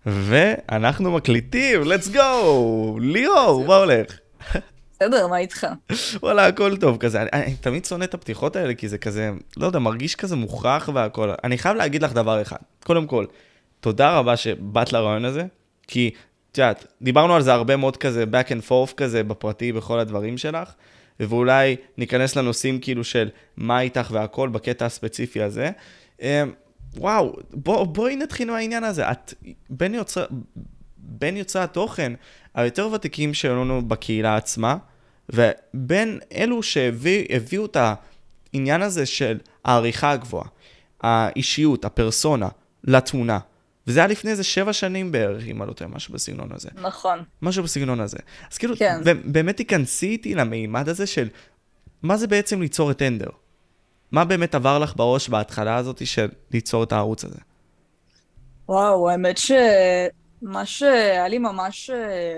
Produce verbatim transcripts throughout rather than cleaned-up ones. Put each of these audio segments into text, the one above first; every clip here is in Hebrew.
ואנחנו מקליטים, let's go! ליאור, מה הולך? בסדר, מה איתך? וואלה, הכל טוב כזה. אני, אני תמיד שונא את הפתיחות האלה, כי זה כזה, לא יודע, מרגיש כזה מוכרח והכל. אני חייב להגיד לך דבר אחד. קודם כל, תודה רבה שבאת לרעיון הזה, כי, תשעת, דיברנו על זה הרבה מאוד כזה, back and forth כזה, בפרטי, בכל הדברים שלך, ואולי ניכנס לנושאים כאילו של מה איתך והכל, בקטע הספציפי הזה. וואו, בוא, בואי נתחיל מהעניין הזה. את, בין יוצא, בין יוצא התוכן, היותר ותיקים שלנו בקהילה עצמה, ובין אלו שהביאו את העניין הזה של העריכה הגבוהה, האישיות, הפרסונה, לתמונה. וזה היה לפני איזה שבע שנים בערך, אם אני לא טועה, משהו בסגנון הזה. נכון. משהו בסגנון הזה. אז כאילו, כן. באמת תיכנסי איתי למימד הזה של, מה זה בעצם ליצור את אנדר? מה באמת עבר לך בראש בהתחלה הזאת של ליצור את הערוץ הזה? וואו, האמת שמה שהיה לי ממש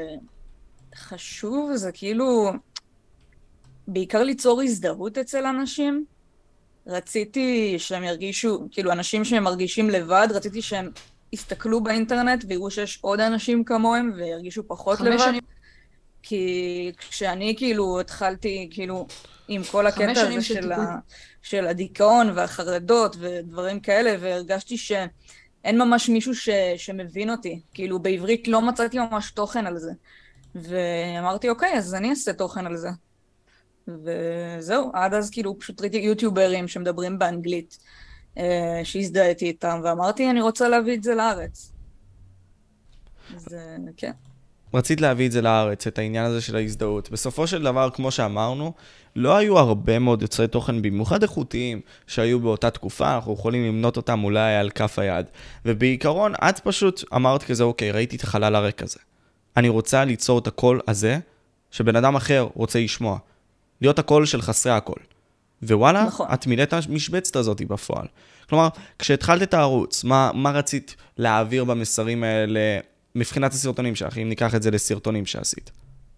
חשוב זה כאילו בעיקר ליצור הזדהות אצל אנשים. רציתי שהם ירגישו, כאילו אנשים שהם מרגישים לבד, רציתי שהם יסתכלו באינטרנט ויראו שיש עוד אנשים כמוהם וירגישו פחות לבד. שנים... כי כשאני כאילו התחלתי כאילו עם כל הקטע הזה של, ה... של הדיכאון והחרדות ודברים כאלה, והרגשתי שאין ממש מישהו ש... שמבין אותי. כאילו בעברית לא מצאתי ממש תוכן על זה. ואמרתי, אוקיי, אז אני אעשה תוכן על זה. וזהו, עד אז כאילו פשוט ראיתי יוטיוברים שמדברים באנגלית, שהזדהיתי איתם, ואמרתי, אני רוצה להביא את זה לארץ. אז כן. רצית להביא את זה לארץ, את העניין הזה של ההזדהות. בסופו של דבר, כמו שאמרנו, לא היו הרבה מאוד יוצרי תוכן, במיוחד איכותיים, שהיו באותה תקופה, אנחנו יכולים למנות אותם אולי על כף היד. ובעיקרון, את פשוט אמרת כזה, אוקיי, ראיתי את החלל הריק הזה. אני רוצה ליצור את הקול הזה, שבן אדם אחר רוצה לשמוע. להיות הקול של חסרי הקול. ווואלה, נכון. את מילאת המשבצת הזאת בפועל. כלומר, כשהתחלת את הערוץ, מה, מה רצית להעביר במסרים האלה, מבחינת הסרטונים שלך, אם ניקח את זה לסרטונים שעשית?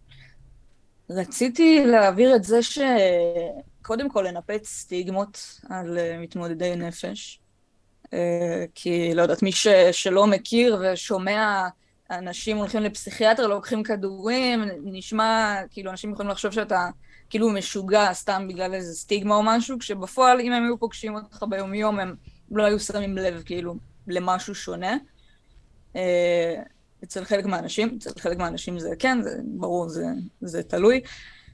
רציתי להעביר את זה שקודם כל לנפץ סטיגמות על מתמודדי נפש. כי לא יודעת, מי ש... שלא מכיר ושומע אנשים הולכים לפסיכיאטר, לא לוקחים כדורים, נשמע, כאילו אנשים יכולים לחשוב שאתה כאילו משוגע סתם בגלל איזה סטיגמה או משהו, כשבפועל אם הם היו פוגשים אותך ביום יום, הם לא היו שמים לב כאילו למשהו שונה. אצל חלק מהאנשים, אצל חלק מהאנשים זה כן, זה ברור, זה, זה תלוי.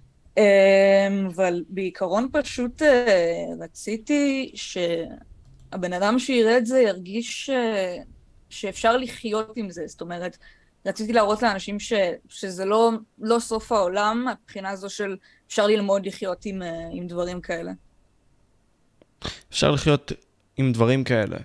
אבל בעיקרון פשוט רציתי שהבן אדם שיראה את זה ירגיש שאפשר לחיות עם זה, זאת אומרת, רציתי להראות לאנשים ש, שזה לא, לא סוף העולם, הבחינה הזו של אפשר ללמוד לחיות עם, עם דברים כאלה. אפשר לחיות עם דברים כאלה.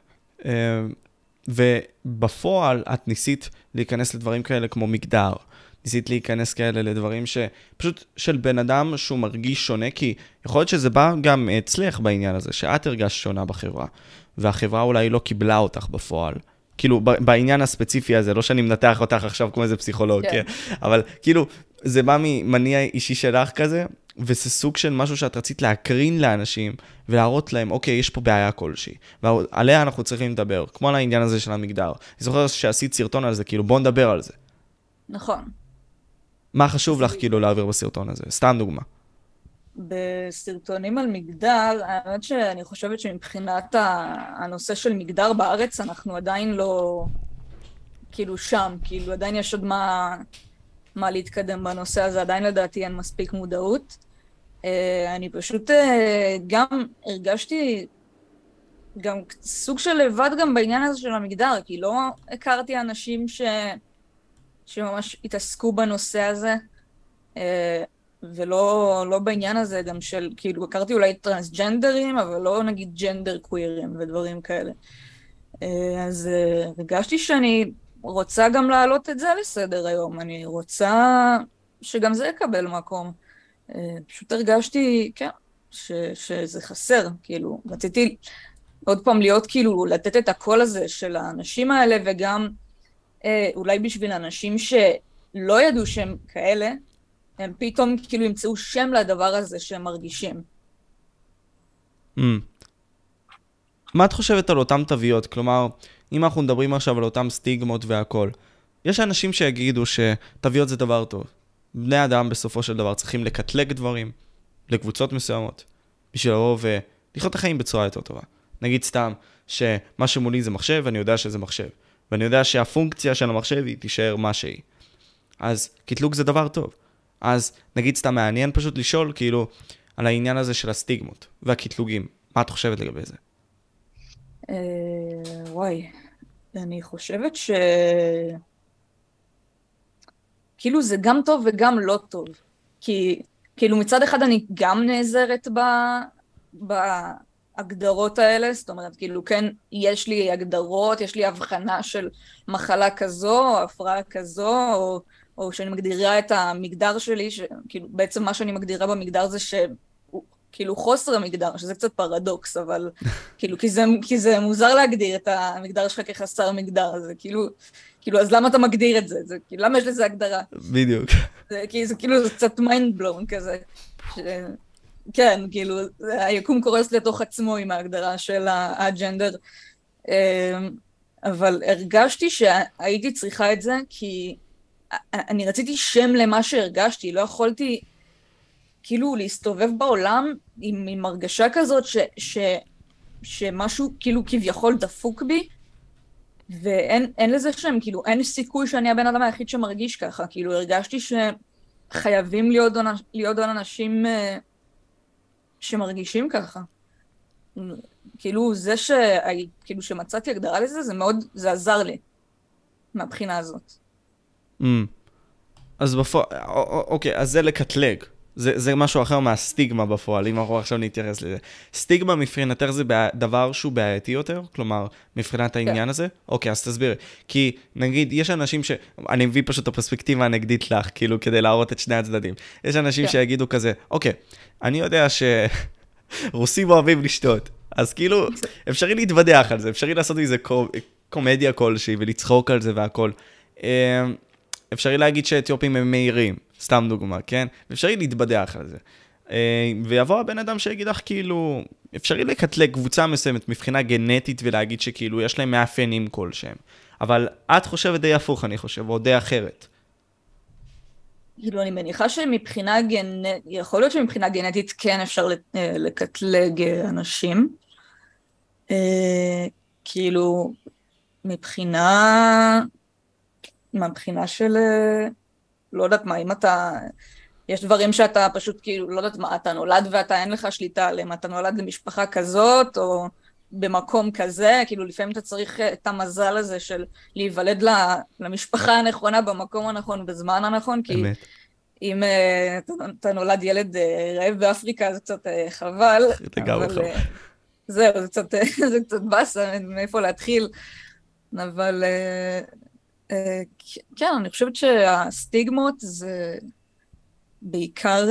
ובפועל את ניסית להיכנס לדברים כאלה כמו מגדר. ניסית להיכנס כאלה לדברים שפשוט של בן אדם שהוא מרגיש שונה, כי יכול להיות שזה בא גם אצלך בעניין הזה, שאת הרגש שונה בחברה, והחברה אולי לא קיבלה אותך בפועל. כאילו, בעניין הספציפי הזה, לא שאני מנתח אותך עכשיו כמו איזה פסיכולוג, כן. אבל כאילו, זה בא ממניע אישי שלך כזה, וזה סוג של משהו שאת רצית להקרין לאנשים, ולהראות להם, אוקיי, יש פה בעיה כלשהי, ועליה אנחנו צריכים לדבר, כמו על העניין הזה של המגדר. אני זוכר שעשית סרטון על זה, כאילו, בוא נדבר על זה. נכון. מה חשוב לך כאילו להעביר בסרטון הזה? סתם דוגמה. בסרטונים על מגדר, האמת שאני חושבת שמבחינת הנושא של מגדר בארץ, אנחנו עדיין לא, כאילו שם, כאילו עדיין יש עוד מה, מה להתקדם בנושא הזה, עדיין לדעתי אין מספיק מודעות. אני פשוט גם הרגשתי גם סוג של לבד גם בעניין הזה של המגדר, כי לא הכרתי אנשים ש... שממש התעסקו בנושא הזה, ולא לא בעניין הזה גם של, כאילו, הכרתי אולי טרנסג'נדרים, אבל לא נגיד ג'נדר קווירים ודברים כאלה. אז הרגשתי שאני רוצה גם להעלות את זה לסדר היום, אני רוצה שגם זה יקבל מקום. פשוט הרגשתי, כן, ש, שזה חסר, כאילו, רציתי עוד פעם להיות, כאילו, לתת את הקול הזה של האנשים האלה, וגם אולי בשביל אנשים שלא ידעו שהם כאלה, הם פתאום כאילו ימצאו שם לדבר הזה שהם מרגישים. Mm. מה את חושבת על אותם תוויות? כלומר, אם אנחנו מדברים עכשיו על אותם סטיגמות והכל, יש אנשים שיגידו שתוויות זה דבר טוב. בני אדם בסופו של דבר צריכים לקטלג דברים לקבוצות מסוימות, בשביל לבוא ולחיות את החיים בצורה יותר טובה. נגיד סתם שמה שמולי זה מחשב, ואני יודע שזה מחשב. ואני יודע שהפונקציה של המחשב היא תישאר מה שהיא. אז קטלוג זה דבר טוב. אז נגיד סתם מעניין פשוט לשאול כאילו על העניין הזה של הסטיגמות והקטלוגים. מה את חושבת לגבי זה? וואי, אני חושבת ש... כאילו זה גם טוב וגם לא טוב. כי כאילו מצד אחד אני גם נעזרת ב... בהגדרות האלה, זאת אומרת, כאילו כן, יש לי הגדרות, יש לי הבחנה של מחלה כזו, או הפרעה כזו, או, או שאני מגדירה את המגדר שלי, שכאילו בעצם מה שאני מגדירה במגדר זה ש... כאילו חוסר המגדר, שזה קצת פרדוקס, אבל כאילו, כי זה, כי זה מוזר להגדיר את המגדר שלך כחסר מגדר, זה כאילו, כאילו, אז למה אתה מגדיר את זה? זה כאילו, למה יש לזה הגדרה? בדיוק. זה, כי זה כאילו, זה קצת mind blown כזה. ש... כן, כאילו, היקום קורס לתוך עצמו עם ההגדרה של הג'נדר, אבל הרגשתי שהייתי צריכה את זה, כי אני רציתי שם למה שהרגשתי, לא יכולתי כאילו להסתובב בעולם עם, עם הרגשה כזאת ש, ש, שמשהו כאילו כביכול דפוק בי, ואין אין לזה שם, כאילו אין סיכוי שאני הבן אדם היחיד שמרגיש ככה, כאילו הרגשתי שחייבים להיות, להיות אנשים שמרגישים ככה. כאילו זה ש, כאילו שמצאתי הגדרה לזה, זה מאוד, זה עזר לי מהבחינה הזאת. Mm. אז בפועל, אוקיי, אז זה לקטלג. זה, זה משהו אחר מהסטיגמה בפועל, אם אנחנו עכשיו נתייחס לזה. סטיגמה מבחינתך זה דבר שהוא בעייתי יותר? כלומר, מבחינת העניין הזה? אוקיי, אז תסבירי. כי נגיד, יש אנשים ש... אני מביא פשוט את הפרספקטיבה הנגדית לך, כאילו, כדי להראות את שני הצדדים. יש אנשים שיגידו כזה, אוקיי, אני יודע שרוסים אוהבים לשתות, אז כאילו, אפשרי להתוודח על זה, אפשרי לעשות איזה קומדיה כלשהי ולצחוק על זה והכל. אפשרי להגיד שאתיופים הם מהירים. סתם דוגמה, כן? ואפשרי להתבדח על זה. ויבוא הבן אדם שיגיד לך, כאילו, אפשרי לקטלג קבוצה מסוימת מבחינה גנטית ולהגיד שכאילו יש להם מאפיינים כלשהם. אבל את חושבת די הפוך, אני חושב, או די אחרת. כאילו, אני מניחה שמבחינה גנטית, יכול להיות שמבחינה גנטית כן אפשר לקטלג אנשים. כאילו, מבחינה, מבחינה של... לא יודעת מה, אם אתה, יש דברים שאתה פשוט כאילו, לא יודעת מה, אתה נולד ואתה אין לך שליטה עליהם, אתה נולד למשפחה כזאת, או במקום כזה, כאילו לפעמים אתה צריך את המזל הזה של להיוולד למשפחה הנכונה, במקום הנכון, בזמן הנכון, כי באמת. אם אתה, אתה נולד ילד רעב באפריקה, זה קצת חבל, אבל זהו, זה קצת, זה קצת בסה, מאיפה להתחיל, אבל... כן, אני חושבת שהסטיגמות זה בעיקר,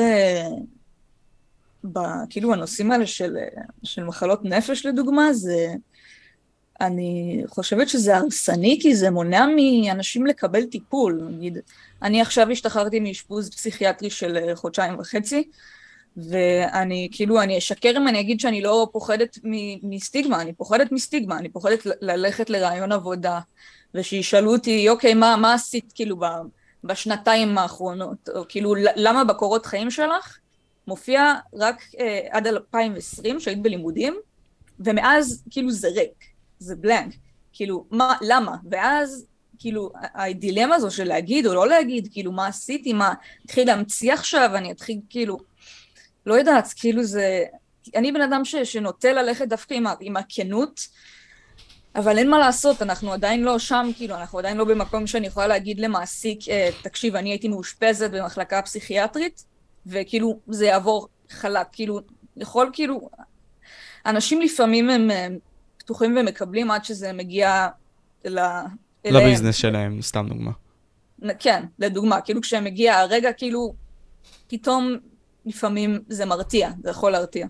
כאילו הנושאים האלה של, של מחלות נפש לדוגמה, זה, אני חושבת שזה הרסני, כי זה מונע מאנשים לקבל טיפול. נגיד, אני עכשיו השתחררתי מאשפוז פסיכיאטרי של חודשיים וחצי, ואני כאילו, אני אשקר אם אני אגיד שאני לא פוחדת מסטיגמה, אני פוחדת מסטיגמה, אני פוחדת ללכת לרעיון עבודה, ושישאלו אותי, אוקיי, מה, מה עשית כאילו בשנתיים האחרונות, או כאילו, למה בקורות חיים שלך מופיע רק אה, עד אלפיים ועשרים שהיית בלימודים, ומאז כאילו זה ריק, זה בלנק, כאילו, מה, למה? ואז כאילו, הדילמה הזו של להגיד או לא להגיד, כאילו, מה עשיתי, מה, התחיל להמציא עכשיו, אני אתחיל כאילו, לא יודעת, כאילו זה, אני בן אדם ש, שנוטה ללכת דווקא עם, עם הכנות, אבל אין מה לעשות, אנחנו עדיין לא שם, כאילו, אנחנו עדיין לא במקום שאני יכולה להגיד למעסיק, תקשיב, אני הייתי מאושפזת במחלקה פסיכיאטרית, וכאילו זה יעבור חלק, כאילו, יכול כאילו, אנשים לפעמים הם פתוחים ומקבלים עד שזה מגיע אליהם. לביזנס שלהם, סתם דוגמה. כן, לדוגמה, כאילו כשהם מגיע הרגע, כאילו, פתאום לפעמים זה מרתיע, זה יכול להרתיע.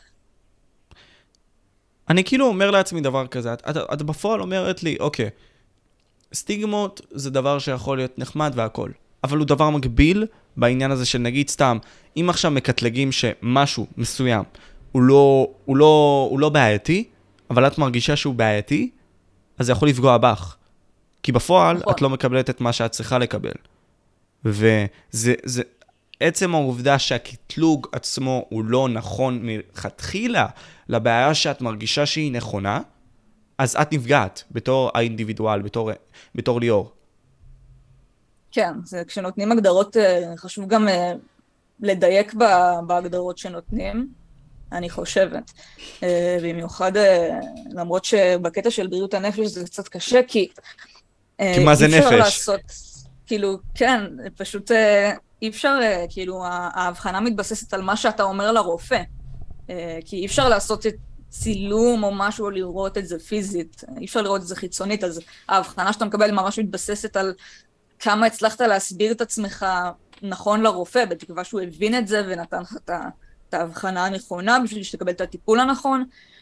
אני כאילו אומר לעצמי דבר כזה, את, את, את בפועל אומרת לי, אוקיי, סטיגמות זה דבר שיכול להיות נחמד והכל, אבל הוא דבר מגביל בעניין הזה של נגיד סתם, אם עכשיו מקטלגים שמשהו מסוים, הוא לא, הוא לא, הוא לא בעייתי, אבל את מרגישה שהוא בעייתי, אז זה יכול לפגוע בך. כי בפועל נכון. את לא מקבלת את מה שאת צריכה לקבל. וזה, זה, עצם העובדה שהקטלוג עצמו הוא לא נכון מלכתחילה לבעיה שאת מרגישה שהיא נכונה, אז את נפגעת בתור האינדיבידואל, בתור, בתור ליאור. כן, זה כשנותנים הגדרות, חשוב גם לדייק בהגדרות שנותנים, אני חושבת. במיוחד, למרות שבקטע של בריאות הנפש זה קצת קשה, כי... כי מה זה נפש? אי אפשר לעשות, כאילו, כן, פשוט אי אפשר, כאילו, ההבחנה מתבססת על מה שאתה אומר לרופא. כי אי אפשר לעשות את צילום או משהו, או לראות את זה פיזית, אי אפשר לראות את זה חיצונית, אז ההבחנה שאתה מקבל ממש מתבססת על כמה הצלחת להסביר את עצמך נכון לרופא, בתקווה שהוא הבין את זה ונתן לך את ההבחנה הנכונה בשביל שתקבל את הטיפול הנכון.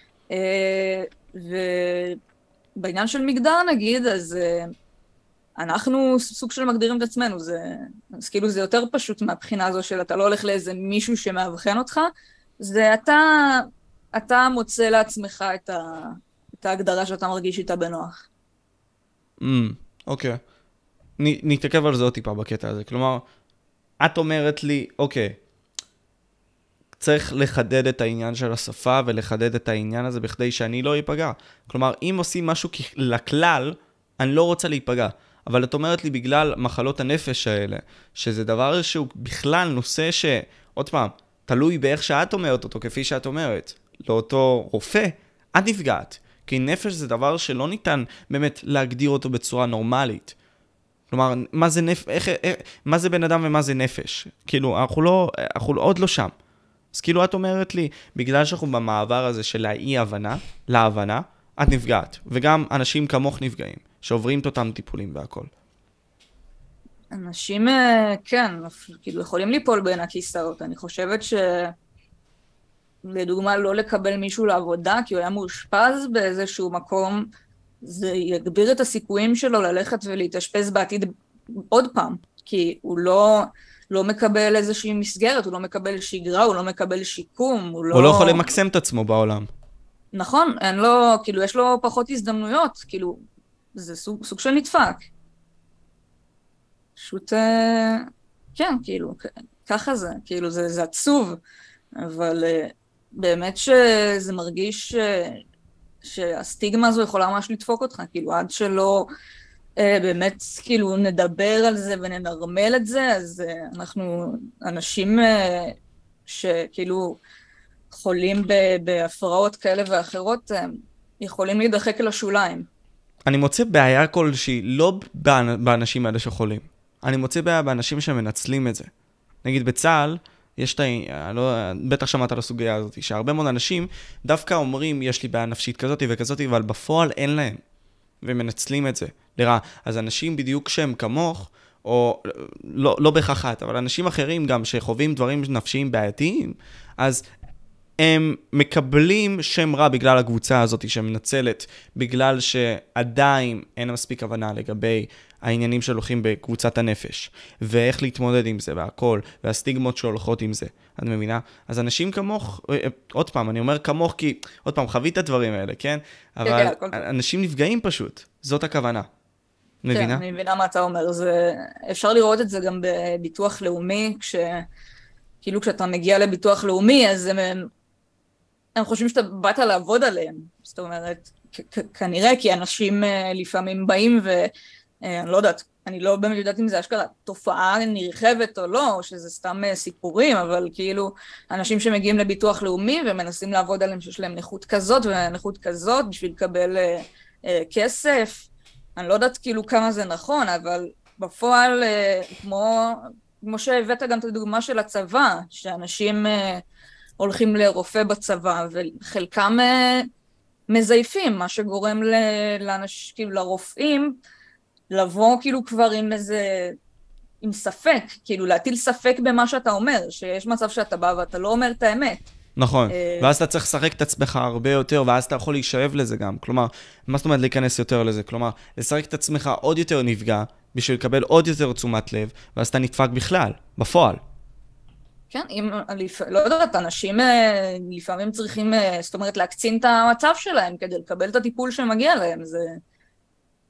ובעניין של מגדר נגיד, אז אנחנו סוג של מגדירים את עצמנו, זה, אז כאילו זה יותר פשוט מהבחינה הזו של אתה לא הולך לאיזה מישהו שמאבחן אותך, זה אתה, אתה מוצא לעצמך את, ה, את ההגדרה שאתה מרגיש איתה בנוח. אוקיי. Mm, okay. נתעכב על זה עוד טיפה בקטע הזה. כלומר, את אומרת לי, אוקיי, צריך לחדד את העניין של השפה ולחדד את העניין הזה בכדי שאני לא ייפגע. כלומר, אם עושים משהו לכלל, אני לא רוצה להיפגע. אבל את אומרת לי בגלל מחלות הנפש האלה, שזה דבר שהוא בכלל נושא ש... עוד פעם, תלוי באיך שאת אומרת אותו, כפי שאת אומרת. לאותו רופא, את נפגעת. כי נפש זה דבר שלא ניתן באמת להגדיר אותו בצורה נורמלית. כלומר, מה זה, נפ... איך... איך... מה זה בן אדם ומה זה נפש? כאילו, אנחנו, לא... אנחנו עוד לא שם. אז כאילו את אומרת לי, בגלל שאנחנו במעבר הזה של האי-הבנה, להבנה, את נפגעת. וגם אנשים כמוך נפגעים, שעוברים את אותם טיפולים והכל. אנשים, כן, כאילו יכולים ליפול בין הכיסאות. אני חושבת ש... לדוגמה, לא לקבל מישהו לעבודה, כי הוא היה מאושפז באיזשהו מקום, זה יגביר את הסיכויים שלו ללכת ולהתאשפז בעתיד עוד פעם, כי הוא לא, לא מקבל איזושהי מסגרת, הוא לא מקבל שגרה, הוא לא מקבל שיקום, הוא לא... הוא לא יכול למקסם את עצמו בעולם. נכון, אין לו, כאילו, יש לו פחות הזדמנויות, כאילו, זה סוג, סוג של נדפק. פשוט, כן, כאילו, ככה זה, כאילו, זה, זה עצוב, אבל באמת שזה מרגיש שהסטיגמה הזו יכולה ממש לדפוק אותך, כאילו, עד שלא באמת, כאילו, נדבר על זה וננרמל את זה, אז אנחנו אנשים שכאילו חולים בהפרעות כאלה ואחרות, יכולים להידחק אל השוליים. אני מוצא בעיה כלשהי, לא באנשים האלה שחולים. אני מוצא בעיה באנשים שמנצלים את זה. נגיד בצה"ל, יש את ה... לא, בטח שמעת על הסוגיה הזאת, שהרבה מאוד אנשים דווקא אומרים, יש לי בעיה נפשית כזאת וכזאת, אבל בפועל אין להם. ומנצלים את זה. לראה, אז אנשים בדיוק שהם כמוך, או לא, לא בכחת, אבל אנשים אחרים גם שחווים דברים נפשיים בעייתיים, אז הם מקבלים שם רע בגלל הקבוצה הזאת שמנצלת, בגלל שעדיין אין מספיק הבנה לגבי העניינים שהולכים בקבוצת הנפש, ואיך להתמודד עם זה והכל, והסטיגמות שהולכות עם זה. את מבינה? אז אנשים כמוך, עוד פעם, אני אומר כמוך כי, עוד פעם, חווית את הדברים האלה, כן? אבל אנשים נפגעים פשוט, זאת הכוונה. מבינה? כן, אני מבינה מה אתה אומר. זה... אפשר לראות את זה גם בביטוח לאומי, כש... כאילו כשאתה מגיע לביטוח לאומי, אז הם, הם חושבים שאתה באת לעבוד עליהם. זאת אומרת, כ- כנראה, כי אנשים לפעמים באים ואני לא יודעת, אני לא באמת יודעת אם זה אשכרה תופעה נרחבת או לא, או שזה סתם סיפורים, אבל כאילו אנשים שמגיעים לביטוח לאומי ומנסים לעבוד עליהם שיש להם נכות כזאת ונכות כזאת בשביל לקבל אה, אה, כסף. אני לא יודעת כאילו כמה זה נכון, אבל בפועל אה, כמו... כמו שהבאת גם את הדוגמה של הצבא, שאנשים אה, הולכים לרופא בצבא, וחלקם אה, מזייפים, מה שגורם לאנש, כאילו, לרופאים, לבוא כאילו כבר עם איזה, עם ספק, כאילו להטיל ספק במה שאתה אומר, שיש מצב שאתה בא ואתה לא אומר את האמת. נכון, ואז אתה צריך לשחק את עצמך הרבה יותר, ואז אתה יכול להישאב לזה גם. כלומר, מה זאת אומרת להיכנס יותר לזה? כלומר, לשחק את עצמך עוד יותר נפגע, בשביל לקבל עוד יותר תשומת לב, ואז אתה נדפק בכלל, בפועל. כן, אם, לא יודעת, אנשים לפעמים צריכים, זאת אומרת, להקצין את המצב שלהם, כדי לקבל את הטיפול שמגיע להם. זה,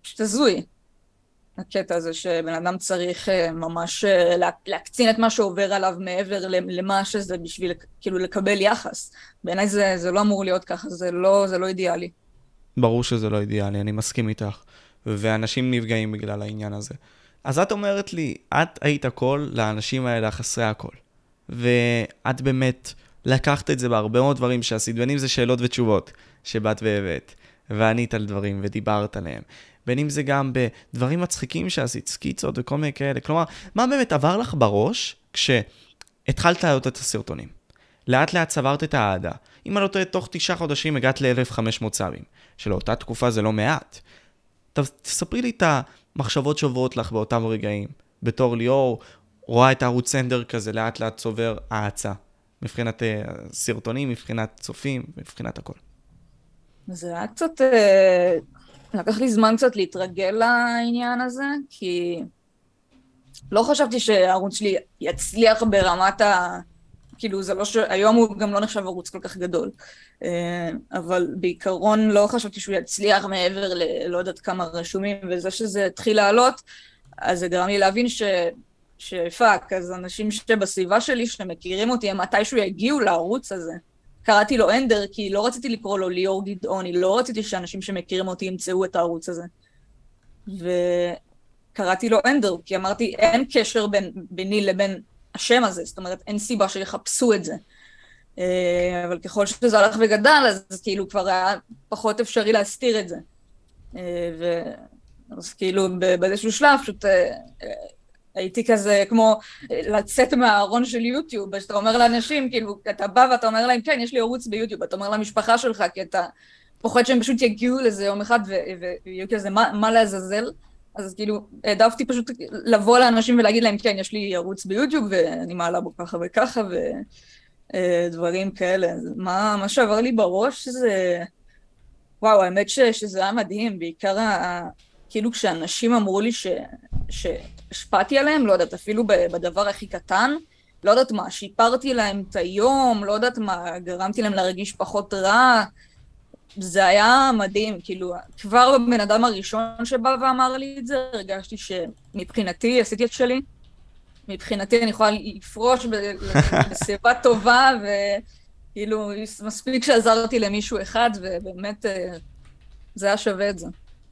פשוט הזוי. הקטע הזה שבן אדם צריך ממש להקצין את מה שעובר עליו מעבר למה שזה בשביל כאילו לקבל יחס. בעיניי זה, זה לא אמור להיות ככה, זה לא, זה לא אידיאלי. ברור שזה לא אידיאלי, אני מסכים איתך. ואנשים נפגעים בגלל העניין הזה. אז את אומרת לי, את היית הכל לאנשים האלה החסרי הכל. ואת באמת לקחת את זה בהרבה מאוד דברים שעשית, בין אם זה שאלות ותשובות שבאת והבאת, וענית על דברים ודיברת עליהם. בין אם זה גם בדברים מצחיקים שעשית, סקיצות וכל מיני כאלה. כלומר, מה באמת עבר לך בראש כשהתחלת לעלות את הסרטונים? לאט לאט צברת את העדה. אם אני לא טועה, תוך תשעה חודשים הגעת ל-אלף וחמש מאות סאבים. שלאותה תקופה זה לא מעט. תספרי לי את המחשבות שעוברות לך באותם רגעים. בתור ליאור, רואה את הערוץ סנדר כזה, לאט לאט צובר העצה. מבחינת סרטונים, מבחינת צופים, מבחינת הכל. זה היה קצת... לקח לי זמן קצת להתרגל לעניין הזה, כי לא חשבתי שהערוץ שלי יצליח ברמת ה... כאילו זה לא ש... היום הוא גם לא נחשב ערוץ כל כך גדול. אבל בעיקרון לא חשבתי שהוא יצליח מעבר ל... לא יודעת כמה רשומים, וזה שזה התחיל לעלות, אז זה גרם לי להבין ש... שפאק, אז אנשים שבסביבה שלי שמכירים אותי, הם מתישהו יגיעו לערוץ הזה. קראתי לו אנדר, כי לא רציתי לקרוא לו ליאור גדעוני, לא רציתי שאנשים שמכירים אותי ימצאו את הערוץ הזה. וקראתי לו אנדר, כי אמרתי, אין קשר בין, ביני לבין השם הזה, זאת אומרת, אין סיבה שיחפשו את זה. אבל ככל שזה הלך וגדל, אז כאילו כבר היה פחות אפשרי להסתיר את זה. אז כאילו באיזשהו שלב, פשוט... הייתי כזה כמו לצאת מהארון של יוטיוב, שאתה אומר לאנשים, כאילו, אתה בא ואתה אומר להם, כן, יש לי ערוץ ביוטיוב, אתה אומר למשפחה שלך, כי אתה פוחד שהם פשוט יגיעו לזה יום אחד, ויהיו כזה, מה, מה לעזאזל? אז כאילו, העדפתי פשוט לבוא לאנשים ולהגיד להם, כן, יש לי ערוץ ביוטיוב, ואני מעלה בו ככה וככה, ודברים כאלה. מה, מה שעבר לי בראש זה, וואו, האמת ש, שזה היה מדהים, בעיקר, כאילו, כשאנשים אמרו לי ש... ש... השפעתי עליהם, לא יודעת, אפילו בדבר הכי קטן, לא יודעת מה, שיפרתי להם את היום, לא יודעת מה, גרמתי להם להרגיש פחות רע, זה היה מדהים, כאילו, כבר בבן אדם הראשון שבא ואמר לי את זה, הרגשתי שמבחינתי, עשיתי את שלי, מבחינתי אני יכולה לפרוש בסיבה טובה, וכאילו, מספיק שעזרתי למישהו אחד, ובאמת, זה היה שווה את זה.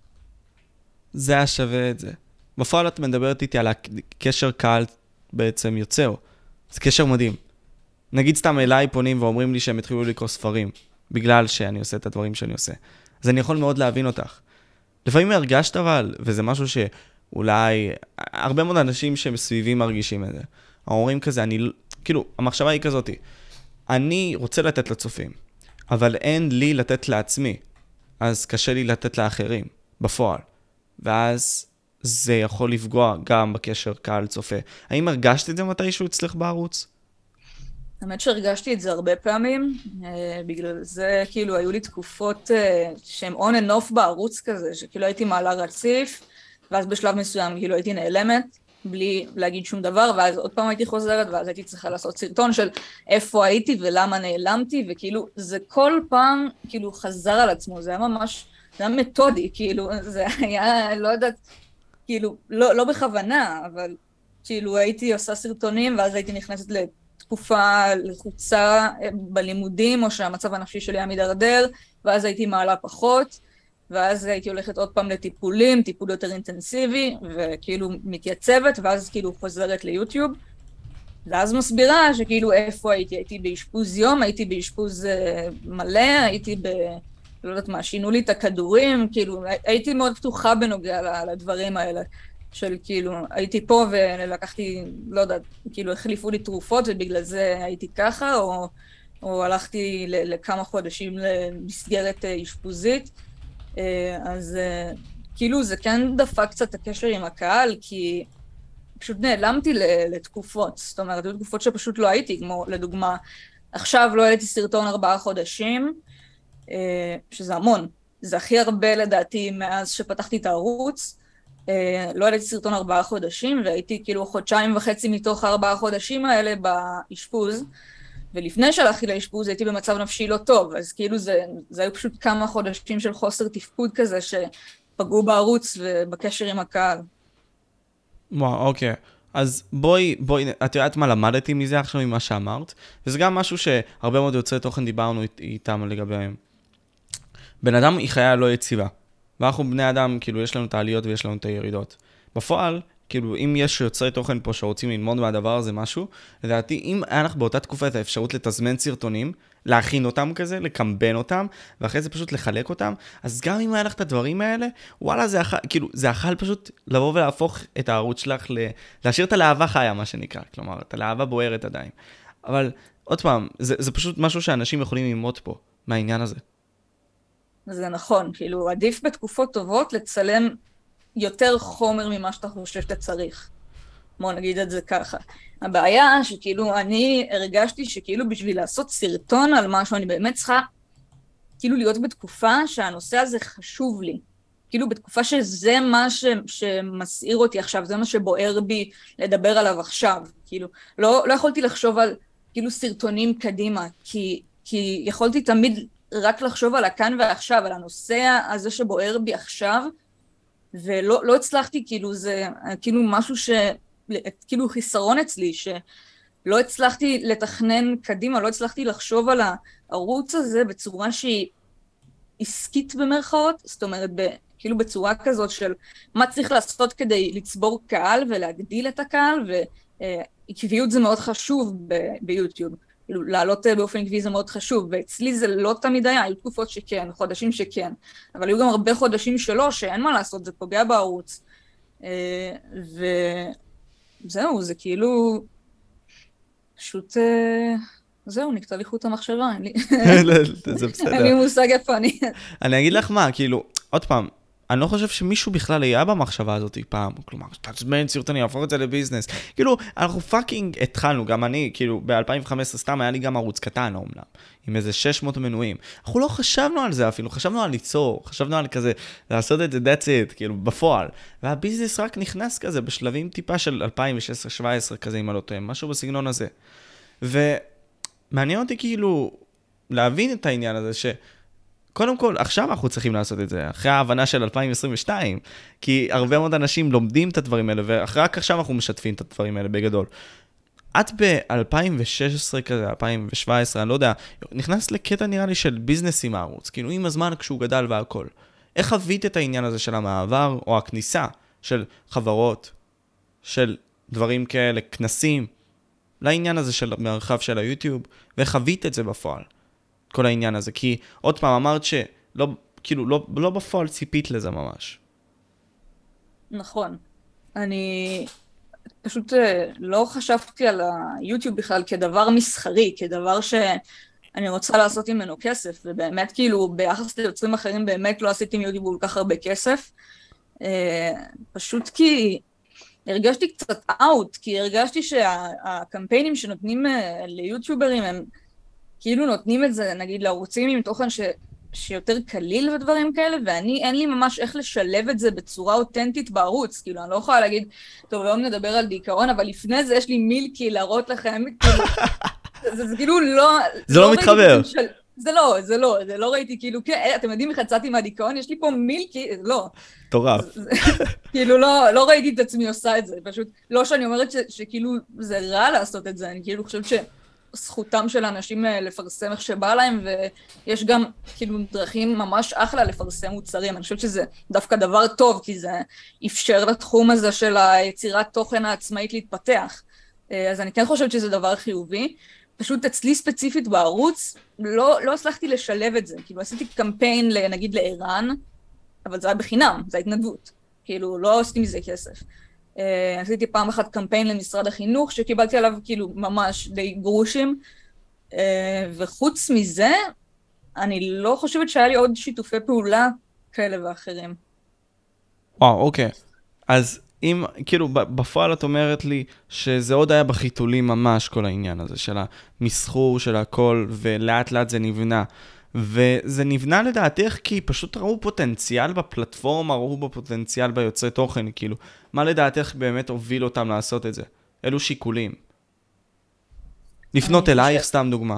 זה היה שווה את זה. בפועל את מדברת איתי על הקשר קהל בעצם יוצר. זה קשר מדהים. נגיד סתם אליי פונים ואומרים לי שהם התחילו לקרוא ספרים, בגלל שאני עושה את הדברים שאני עושה. אז אני יכול מאוד להבין אותך. לפעמים הרגשת אבל, וזה משהו שאולי, הרבה מאוד אנשים שמסביבים מרגישים את זה. אומרים כזה, אני, כאילו, המחשבה היא כזאת, אני רוצה לתת לצופים, אבל אין לי לתת לעצמי, אז קשה לי לתת לאחרים, בפועל. ואז זה יכול לפגוע גם בקשר קהל צופה. האם הרגשת את זה מתישהו אצלך בערוץ? האמת שהרגשתי את זה הרבה פעמים, בגלל זה כאילו היו לי תקופות שהן on and off בערוץ כזה, שכאילו הייתי מעלה רציף, ואז בשלב מסוים כאילו הייתי נעלמת, בלי להגיד שום דבר, ואז עוד פעם הייתי חוזרת, ואז הייתי צריכה לעשות סרטון של איפה הייתי ולמה נעלמתי, וכאילו זה כל פעם כאילו חזר על עצמו, זה היה ממש, זה היה מתודי, כאילו זה היה, לא יודעת, כאילו, לא, לא בכוונה, אבל כאילו הייתי עושה סרטונים, ואז הייתי נכנסת לתקופה לחוצה בלימודים, או שהמצב הנפשי שלי היה מדרדר, ואז הייתי מעלה פחות, ואז הייתי הולכת עוד פעם לטיפולים, טיפול יותר אינטנסיבי, וכאילו מתייצבת, ואז כאילו חוזרת ליוטיוב, ואז מסבירה שכאילו איפה הייתי, הייתי באשפוז יום, הייתי באשפוז מלא, הייתי ב... לא יודעת מה, שינו לי את הכדורים, כאילו, הייתי מאוד פתוחה בנוגע לדברים האלה, של כאילו, הייתי פה ולקחתי, לא יודעת, כאילו, החליפו לי תרופות, ובגלל זה הייתי ככה, או, או הלכתי לכמה חודשים למסגרת אשפוזית, אז כאילו, זה כן דפק קצת את הקשר עם הקהל, כי פשוט נעלמתי לתקופות, זאת אומרת, היו תקופות שפשוט לא הייתי, כמו לדוגמה, עכשיו לא העליתי סרטון ארבעה חודשים, שזה המון, זה הכי הרבה לדעתי מאז שפתחתי את הערוץ, לא העליתי סרטון ארבעה חודשים, והייתי כאילו חודשיים וחצי מתוך הארבעה חודשים האלה באשפוז, ולפני שהלכתי לאשפוז הייתי במצב נפשי לא טוב, אז כאילו זה, זה היו פשוט כמה חודשים של חוסר תפקוד כזה, פגעו בערוץ ובקשר עם הקהל. וואו, אוקיי. אז בואי, בואי, את יודעת מה למדתי מזה עכשיו ממה שאמרת? וזה גם משהו שהרבה מאוד יוצרי תוכן דיברנו איתם לגביהם. בן אדם היא חיה לא יציבה. ואנחנו בני אדם, כאילו, יש לנו את העליות ויש לנו את הירידות. בפועל, כאילו, אם יש יוצרי תוכן פה שרוצים ללמוד מהדבר הזה משהו, לדעתי, אם היה לך באותה תקופה את האפשרות לתזמן סרטונים, להכין אותם כזה, לקמבן אותם, ואחרי זה פשוט לחלק אותם, אז גם אם היה לך את הדברים האלה, וואלה, זה אכל, כאילו, זה אכל פשוט לבוא ולהפוך את הערוץ שלך, ל... להשאיר את הלהבה חיה, מה שנקרא, כלומר, את הלהבה בוערת עדיין. אבל, עוד פעם, זה, זה פשוט משהו שאנשים יכולים ללמוד פה, מהעניין הזה. זה נכון, כאילו, עדיף בתקופות טובות לצלם יותר חומר ממה שאתה חושב שאתה צריך. בוא נגיד את זה ככה. הבעיה שכאילו אני הרגשתי שכאילו בשביל לעשות סרטון על משהו, אני באמת צריכה כאילו להיות בתקופה שהנושא הזה חשוב לי. כאילו בתקופה שזה מה ש... שמסעיר אותי עכשיו, זה מה שבוער בי לדבר עליו עכשיו. כאילו, לא, לא יכולתי לחשוב על כאילו סרטונים קדימה, כי, כי יכולתי תמיד רק לחשוב על הכאן ועכשיו, על הנושא הזה שבוער בי עכשיו, ולא לא הצלחתי, כאילו זה כאילו משהו ש... כאילו חיסרון אצלי, שלא הצלחתי לתכנן קדימה, לא הצלחתי לחשוב על הערוץ הזה בצורה שהיא עסקית במרכאות, זאת אומרת, ב, כאילו בצורה כזאת של מה צריך לעשות כדי לצבור קהל ולהגדיל את הקהל, ועקביות זה מאוד חשוב ב, ביוטיוב. כאילו, לעלות באופן עקבי זה מאוד חשוב, ואצלי זה לא תמיד היה, היו תקופות שכן, חודשים שכן, אבל היו גם הרבה חודשים שלא, שאין מה לעשות, זה פוגע בערוץ. וזהו, זה כאילו, פשוט, זהו, נקטע לי חוט המחשבה, אין לי... זה בסדר. אין לי מושג איפה אני... אני אגיד לך מה, כאילו, עוד פעם, אני לא חושב שמישהו בכלל היה במחשבה הזאת פעם, כלומר, תעצבן סרטוני, יהפוך את זה לביזנס. כאילו, אנחנו פאקינג התחלנו, גם אני, כאילו, ב-אלפיים וחמש עשרה סתם היה לי גם ערוץ קטן, אומנם, עם איזה שש מאות מנויים. אנחנו לא חשבנו על זה אפילו, חשבנו על ליצור, חשבנו על כזה, לעשות את זה, that's it, כאילו, בפועל. והביזנס רק נכנס כזה, בשלבים טיפה של אלפיים ושש עשרה שבע עשרה כזה, אם אני לא טועה, משהו בסגנון הזה. ומעניין אותי כאילו להבין את העניין הזה ש... קודם כל, עכשיו אנחנו צריכים לעשות את זה, אחרי ההבנה של אלפיים עשרים ושתיים, כי הרבה מאוד אנשים לומדים את הדברים האלה, ורק עכשיו אנחנו משתפים את הדברים האלה בגדול. את ב-אלפיים ושש עשרה כזה, אלפיים ושבע עשרה, אני לא יודע, נכנס לקטע נראה לי של ביזנס עם הערוץ, כאילו עם הזמן כשהוא גדל והכל. איך חווית את העניין הזה של המעבר, או הכניסה של חברות, של דברים כאלה, כנסים, לעניין הזה של מרחב של היוטיוב, וחווית את זה בפועל. כל העניין הזה, כי עוד פעם אמרת שלא, כאילו, לא, לא בפועל ציפית לזה ממש. נכון. אני פשוט לא חשבתי על היוטיוב בכלל כדבר מסחרי, כדבר שאני רוצה לעשות ממנו כסף, ובאמת כאילו ביחס ליוצרים אחרים באמת לא עשיתי עם יוטיוב כל כך הרבה כסף, פשוט כי הרגשתי קצת אאוט, כי הרגשתי שהקמפיינים שנותנים ליוטיוברים הם כאילו נותנים את זה, נגיד, לערוצים עם תוכן ש... שיותר קליל ודברים כאלה, ואני, אין לי ממש איך לשלב את זה בצורה אותנטית בערוץ, כאילו, אני לא יכולה להגיד, טוב, היום נדבר על דיכאון, אבל לפני זה יש לי מילקי להראות לכם, כאילו, זה, זה כאילו לא... זה לא, לא מתחבר. של... זה לא, זה לא, זה לא ראיתי, כאילו, כן, אתם יודעים איך יצאתי מהדיכאון, יש לי פה מילקי, לא. טורף. כאילו, לא, לא ראיתי את עצמי עושה את זה, פשוט, לא שאני אומרת ש, שכאילו, זה רע לעשות את זה, אני כאילו חושבת ש... זכותם של האנשים לפרסם איך שבא להם, ויש גם כאילו דרכים ממש אחלה לפרסם מוצרים. אני חושבת שזה דווקא דבר טוב, כי זה אפשר לתחום הזה של היצירת תוכן העצמאית להתפתח. אז אני כן חושבת שזה דבר חיובי. פשוט אצלי ספציפית בערוץ, לא, לא הצלחתי לשלב את זה. כאילו עשיתי קמפיין, נגיד לערן, אבל זה היה בחינם, זה התנדבות. כאילו לא עשיתי מזה כסף. Uh, עשיתי פעם אחת קמפיין למשרד החינוך, שקיבלתי עליו כאילו ממש די גרושים, uh, וחוץ מזה, אני לא חושבת שהיה לי עוד שיתופי פעולה כאלה ואחרים. וואו, אוקיי. אז אם, כאילו, בפועל את אומרת לי שזה עוד היה בחיתולים ממש כל העניין הזה, של המסחור, של הכל, ולאט לאט זה נבנה. וזה נבנה לדעתך כי פשוט ראו פוטנציאל בפלטפורמה, ראו בפוטנציאל ביוצרי תוכן, כאילו, מה לדעתך באמת הוביל אותם לעשות את זה? אלו שיקולים. לפנות אלייך, סתם דוגמה.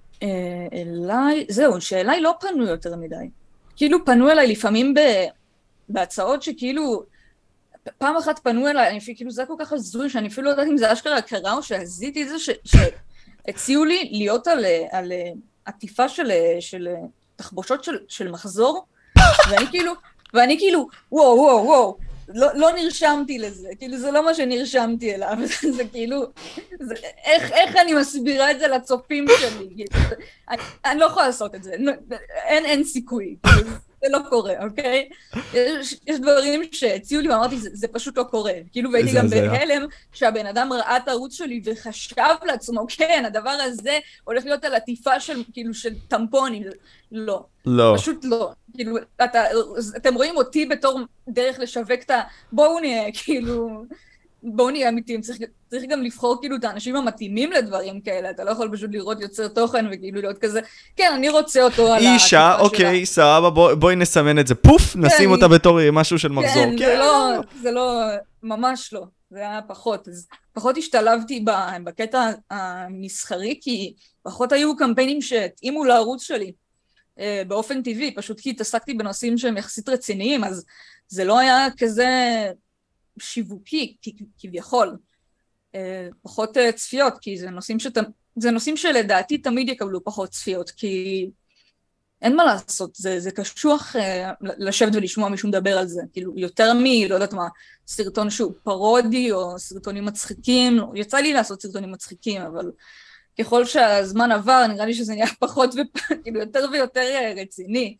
אליי, זהו, שאליי לא פנו יותר מדי. כאילו פנו אליי לפעמים בהצעות שכאילו, פעם אחת פנו אליי, אני כאילו זה כל כך הזוי, שאני אפילו לא יודעת אם זה אשכרה קרה, או שהזיתי את זה, שהציעו לי להיות על, על עטיפה של, של תחבושות של, של מחזור, ואני כאילו, ואני כאילו, וואו, וואו, וואו, לא, לא נרשמתי לזה, כאילו זה לא מה שנרשמתי אליו, זה כאילו, זה, איך, איך אני מסבירה את זה לצופים שלי, כאילו, אני, אני לא יכולה לעשות את זה, אין, אין סיכוי, כאילו, זה לא קורה, אוקיי? יש, יש דברים שהציעו לי ואמרתי, זה, זה פשוט לא קורה, כאילו, והייתי גם בהלם שהבן אדם ראה את הערוץ שלי וחשב לעצמו, כן, הדבר הזה הולך להיות על עטיפה של, כאילו, של טמפונים, לא. לא. פשוט לא. כאילו, אתה, אתם רואים אותי בתור דרך לשווק את ה... בואו נהיה, כאילו... בואו נהיה אמיתיים. צריך, צריך גם לבחור, כאילו, את האנשים המתאימים לדברים כאלה. אתה לא יכול פשוט לראות יוצר תוכן וכאילו להיות כזה... כן, אני רוצה אותו על... אישה, אוקיי, סבבה, בוא, בואי נסמן את זה. פוף, כן, נשים אותה בתור משהו של מחזור. כן, כן, זה לא... זה לא... ממש לא. זה היה פחות. אז פחות השתלבתי בקטע המסחרי, כי פחות היו קמפיינים שהתאימו לערוץ שלי. באופן טבעי, פשוט כי התעסקתי בנושאים שהם יחסית רציניים, אז זה לא היה כזה שיווקי, כביכול. פחות צפיות, כי זה נושאים, שת... זה נושאים שלדעתי תמיד יקבלו פחות צפיות, כי אין מה לעשות, זה, זה קשוח לשבת ולשמוע מישהו מדבר על זה, כאילו יותר מי, לא יודעת מה, סרטון שהוא פרודי או סרטונים מצחיקים, יצא לי לעשות סרטונים מצחיקים, אבל... ככל שהזמן עבר, נראה לי שזה נהיה פחות וכאילו יותר ויותר רציני.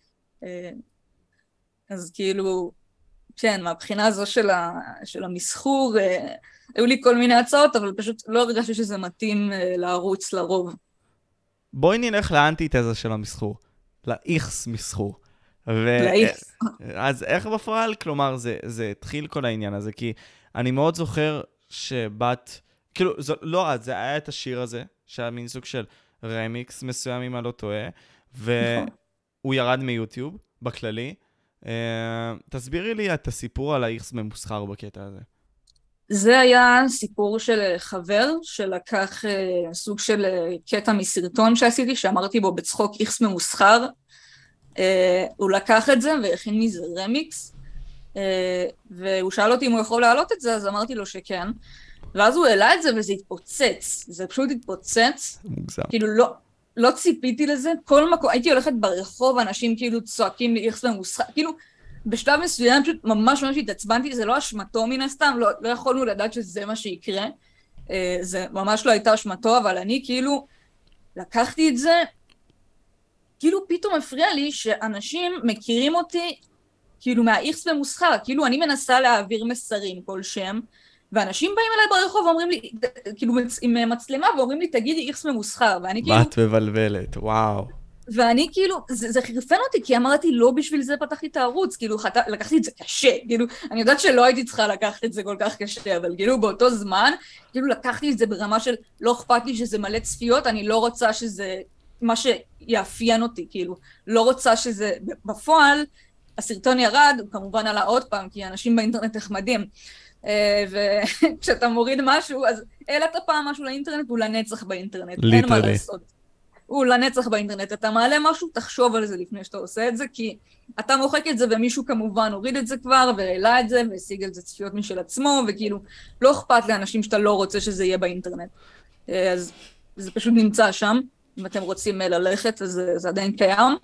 אז כאילו, כן, מהבחינה הזו של, ה, של המסחור, היו לי כל מיני הצעות, אבל פשוט לא הרגשתי שזה מתאים לערוץ לרוב. בואי נלך לאנטיתזה של המסחור, לאיכס מסחור. ו... לאיכס. אז איך בפועל? כלומר, זה, זה התחיל כל העניין הזה, כי אני מאוד זוכר שבת, כאילו, זו, לא, אז זה היה את השיר הזה, שהיה מין סוג של רמיקס מסוים, אם אני לא טועה, והוא ירד מיוטיוב, בכללי. תסבירי לי את הסיפור על האיכס ממוסחר בקטע הזה. זה היה סיפור של חבר, שלקח סוג של קטע מסרטון שעשיתי, שאמרתי בו בצחוק איכס ממוסחר. הוא לקח את זה והכין מזה רמיקס, והוא שאל אותי אם הוא יכול להעלות את זה, אז אמרתי לו שכן. ואז הוא העלה את זה וזה התפוצץ, זה פשוט התפוצץ, מוגזם. כאילו לא, לא ציפיתי לזה, כל מקום, הייתי הולכת ברחוב, אנשים כאילו צועקים לי איכס ממוסחר, כאילו בשלב מסוים פשוט ממש ממש התעצבנתי, זה לא אשמתו מן הסתם, לא, לא יכולנו לדעת שזה מה שיקרה, זה ממש לא הייתה אשמתו, אבל אני כאילו לקחתי את זה, כאילו פתאום הפריע לי שאנשים מכירים אותי כאילו מהאיכס ממוסחר, כאילו אני מנסה להעביר מסרים כל שם, ואנשים באים אליי ברחוב ואומרים לי, כאילו עם מצלמה ואומרים לי, תגידי איכס ממוסחר, ואני כאילו... בת מבלבלת, וואו. ואני כאילו, זה, זה חרפן אותי, כי אמרתי, לא בשביל זה פתחתי את הערוץ, כאילו חת... לקחתי את זה קשה, כאילו, אני יודעת שלא הייתי צריכה לקחת את זה כל כך קשה, אבל כאילו באותו זמן, כאילו לקחתי את זה ברמה של, לא אכפת לי שזה מלא צפיות, אני לא רוצה שזה מה שיאפיין אותי, כאילו, לא רוצה שזה, בפועל, הסרטון ירד, הוא כמובן עלה עוד פעם, כי אנשים באינטרנט נחמדים, וכשאתה מוריד משהו, אז העלת פעם משהו לאינטרנט, הוא לנצח באינטרנט, אין מה לעשות. הוא לנצח באינטרנט, אתה מעלה משהו, תחשוב על זה לפני שאתה עושה את זה, כי אתה מוחק את זה ומישהו כמובן הוריד את זה כבר, והעלה את זה, והשיג על זה צפיות משל עצמו, וכאילו לא אכפת לאנשים שאתה לא רוצה שזה יהיה באינטרנט. אז זה פשוט נמצא שם, אם אתם רוצים ללכת, אז זה עדיין קיים.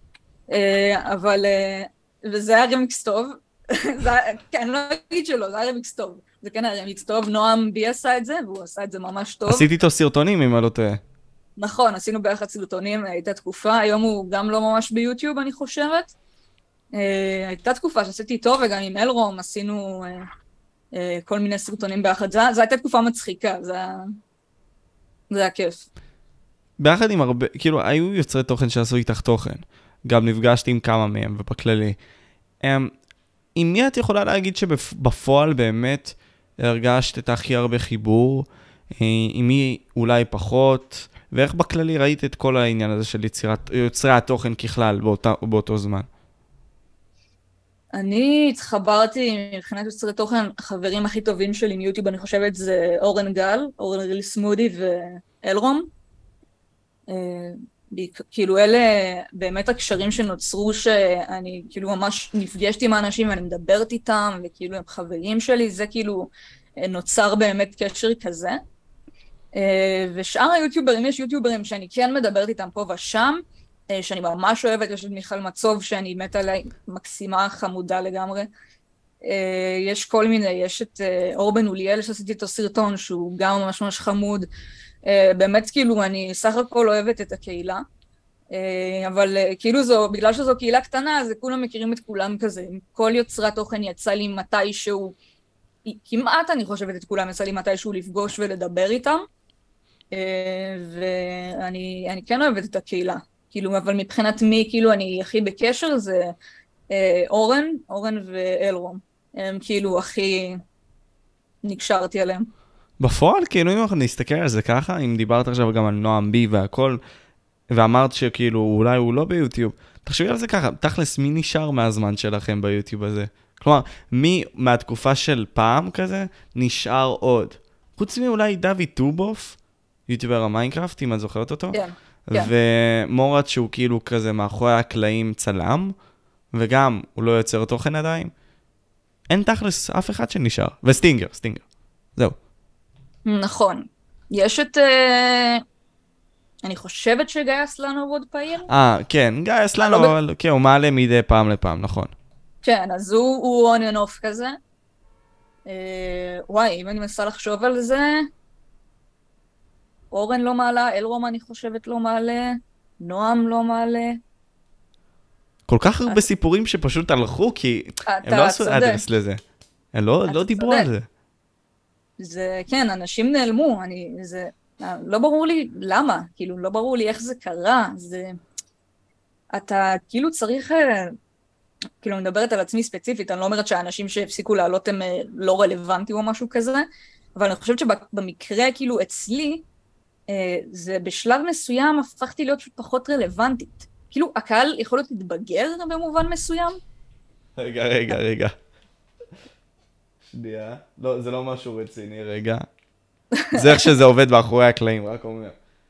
אבל, וזה היה רמיקס טוב, כן, אני לא אגיד שלא, זה היה רמיקס טוב, זה כן היה רמיקס טוב, נועם בי עשה את זה, והוא עשה את זה ממש טוב. עשיתי איתו סרטונים, אם אני לא טועה. נכון, עשינו ביחד סרטונים, הייתה תקופה, היום הוא גם לא ממש ביוטיוב, אני חושבת. הייתה תקופה שעשיתי איתו, וגם עם אלרום עשינו כל מיני סרטונים ביחד. זו הייתה תקופה מצחיקה, זה היה כיף. ביחד עם הרבה, כאילו, היו יוצרי תוכן שעשו איתך תוכן. גם נפגשתי עם כמה מהם, ובכללי. עם מי את יכולה להגיד שבפועל באמת הרגשת את הכי הרבה חיבור? עם מי אולי פחות? ואיך בכללי ראית את כל העניין הזה של יצירת, יוצרי התוכן ככלל באותה, באותו זמן? אני התחברתי מבחינת יוצרי תוכן, החברים הכי טובים שלי מיוטיוב, אני חושבת זה אורן גל, אורן ריל סמודי ואלרום. כאילו אלה באמת הקשרים שנוצרו, שאני כאילו ממש נפגשת עם האנשים ואני מדברת איתם, וכאילו הם חברים שלי, זה כאילו נוצר באמת קשר כזה. ושאר היוטיוברים, יש יוטיוברים שאני כן מדברת איתם פה ושם, שאני ממש אוהבת, יש את מיכל מצוב שאני מתה עליה, מקסימה, חמודה לגמרי. יש כל מיני, יש את אורבן אוליאל שעשיתי איתו סרטון, שהוא גם ממש ממש חמוד. באמת כאילו אני סך הכל אוהבת את הקהילה, אבל כאילו זו, בגלל שזו קהילה קטנה, אז כולם מכירים את כולם כזה. כל יוצרת תוכן יצא לי מתישהו, כמעט אני חושבת את כולם יצא לי מתישהו לפגוש ולדבר איתם, ואני אני כן אוהבת את הקהילה. כאילו, אבל מבחינת מי, כאילו אני הכי בקשר, זה אורן, אורן ואלרום. הם כאילו הכי נקשרתי עליהם. בפועל, כאילו, אם אנחנו נסתכל על זה ככה, אם דיברת עכשיו גם על נועם בי והכל, ואמרת שכאילו אולי הוא לא ביוטיוב, תחשבי על זה ככה, תכלס מי נשאר מהזמן שלכם ביוטיוב הזה? כלומר, מי מהתקופה של פעם כזה נשאר עוד? חוץ מאולי דוד טובוף, יוטיובר המיינקראפט, אם את זוכרת אותו? כן, כן. ומורת שהוא כאילו כזה מאחורי הקלעים צלם, וגם הוא לא יוצר תוכן עדיין. אין תכלס אף אחד שנשאר. וסטינגר, סטינגר. זהו. נכון. יש את... אני חושבת שגיא אסלנו עוד פעיל. אה, כן, גיא אסלנו, אבל כן, הוא מעלה מדי פעם לפעם, נכון. כן, אז הוא on and off כזה. וואי, אם אני מנסה לחשוב על זה, אורן לא מעלה, אלרום אני חושבת לא מעלה, נועם לא מעלה. כל כך הרבה סיפורים שפשוט הלכו, כי הם לא עשו אדרס לזה. הם לא דיברו על זה. זה, כן, אנשים נעלמו, אני, זה, לא ברור לי למה, כאילו, לא ברור לי איך זה קרה, זה, אתה כאילו צריך, כאילו, אני מדברת על עצמי ספציפית, אני לא אומרת שהאנשים שהפסיקו לעלות הם לא רלוונטיים או משהו כזה, אבל אני חושבת שבמקרה, כאילו, אצלי, זה בשלב מסוים הפכתי להיות פחות רלוונטית. כאילו, הקהל יכול להיות להתבגר במובן מסוים? רגע, רגע, רגע. שנייה. לא, זה לא משהו רציני, רגע. זה איך שזה עובד מאחורי הקלעים, רק אומר.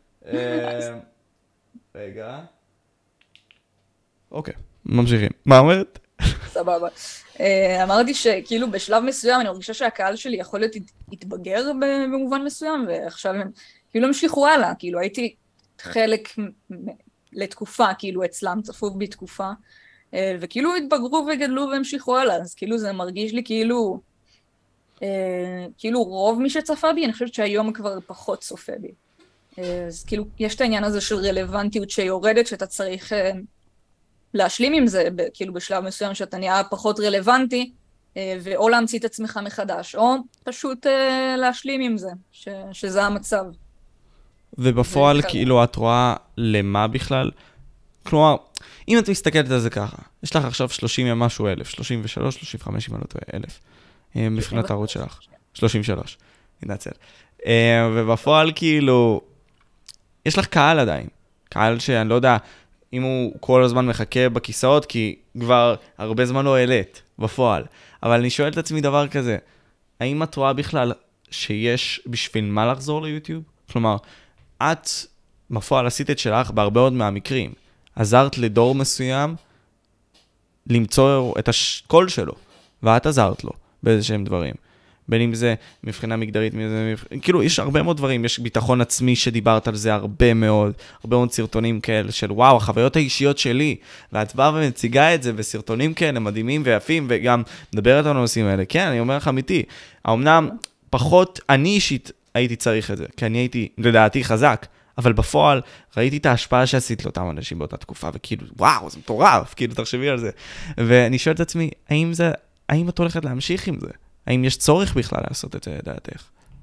רגע. אוקיי, ממשיכים. מה אומרת? סבבה. אמרתי שכאילו בשלב מסוים אני מרגישה שהקהל שלי יכול להיות התבגר במובן מסוים, ועכשיו הם כאילו המשיכו הלאה, כאילו הייתי חלק לתקופה, כאילו אצלם צפוף בתקופה, וכאילו התבגרו וגדלו והמשיכו הלאה, אז כאילו זה מרגיש לי כאילו, כאילו רוב מי שצפה בי, אני חושבת שהיום כבר פחות צופה בי. אז כאילו יש את העניין הזה של רלוונטיות שיורדת, שאתה צריך להשלים עם זה, כאילו בשלב מסוים שאתה נהיה פחות רלוונטי, ואו להמציא את עצמך מחדש, או פשוט להשלים עם זה, שזה המצב. ובפועל כאילו את רואה למה בכלל? כלומר, אם את מסתכלת על זה ככה, יש לך עכשיו שלושים ומשהו אלף, שלושים ושלוש, שלושים וחמש אם אני לא טועה, אלף, מבחינת הערוץ שלך, שלושים ושלוש, נתנצל. ובפועל כאילו, יש לך קהל עדיין, קהל שאני לא יודע אם הוא כל הזמן מחכה בכיסאות, כי כבר הרבה זמן לא העלית בפועל, אבל אני שואל את עצמי דבר כזה, האם את רואה בכלל שיש בשביל מה לחזור ליוטיוב? כלומר, את בפועל עשית את שלך בהרבה עוד מהמקרים. עזרת לדור מסוים למצוא את הקול שלו, ואת עזרת לו באיזה שהם דברים. בין אם זה מבחינה מגדרית, כאילו יש הרבה מאוד דברים, יש ביטחון עצמי שדיברת על זה הרבה מאוד, הרבה מאוד סרטונים כאלה של וואו, החוויות האישיות שלי, ואת באה ומציגה את זה בסרטונים כאלה מדהימים ויפים, וגם מדברת על הנושאים האלה. כן, אני אומר לך אמיתי, האמנם פחות אני אישית הייתי צריך את זה, כי אני הייתי לדעתי חזק, אבל בפועל ראיתי את ההשפעה שעשית לאותם אנשים באותה תקופה, וכאילו, וואו, זה מטורף, כאילו, תחשבי על זה. ואני שואל את עצמי, האם זה, האם את הולכת להמשיך עם זה? האם יש צורך בכלל לעשות את זה, לדעתך?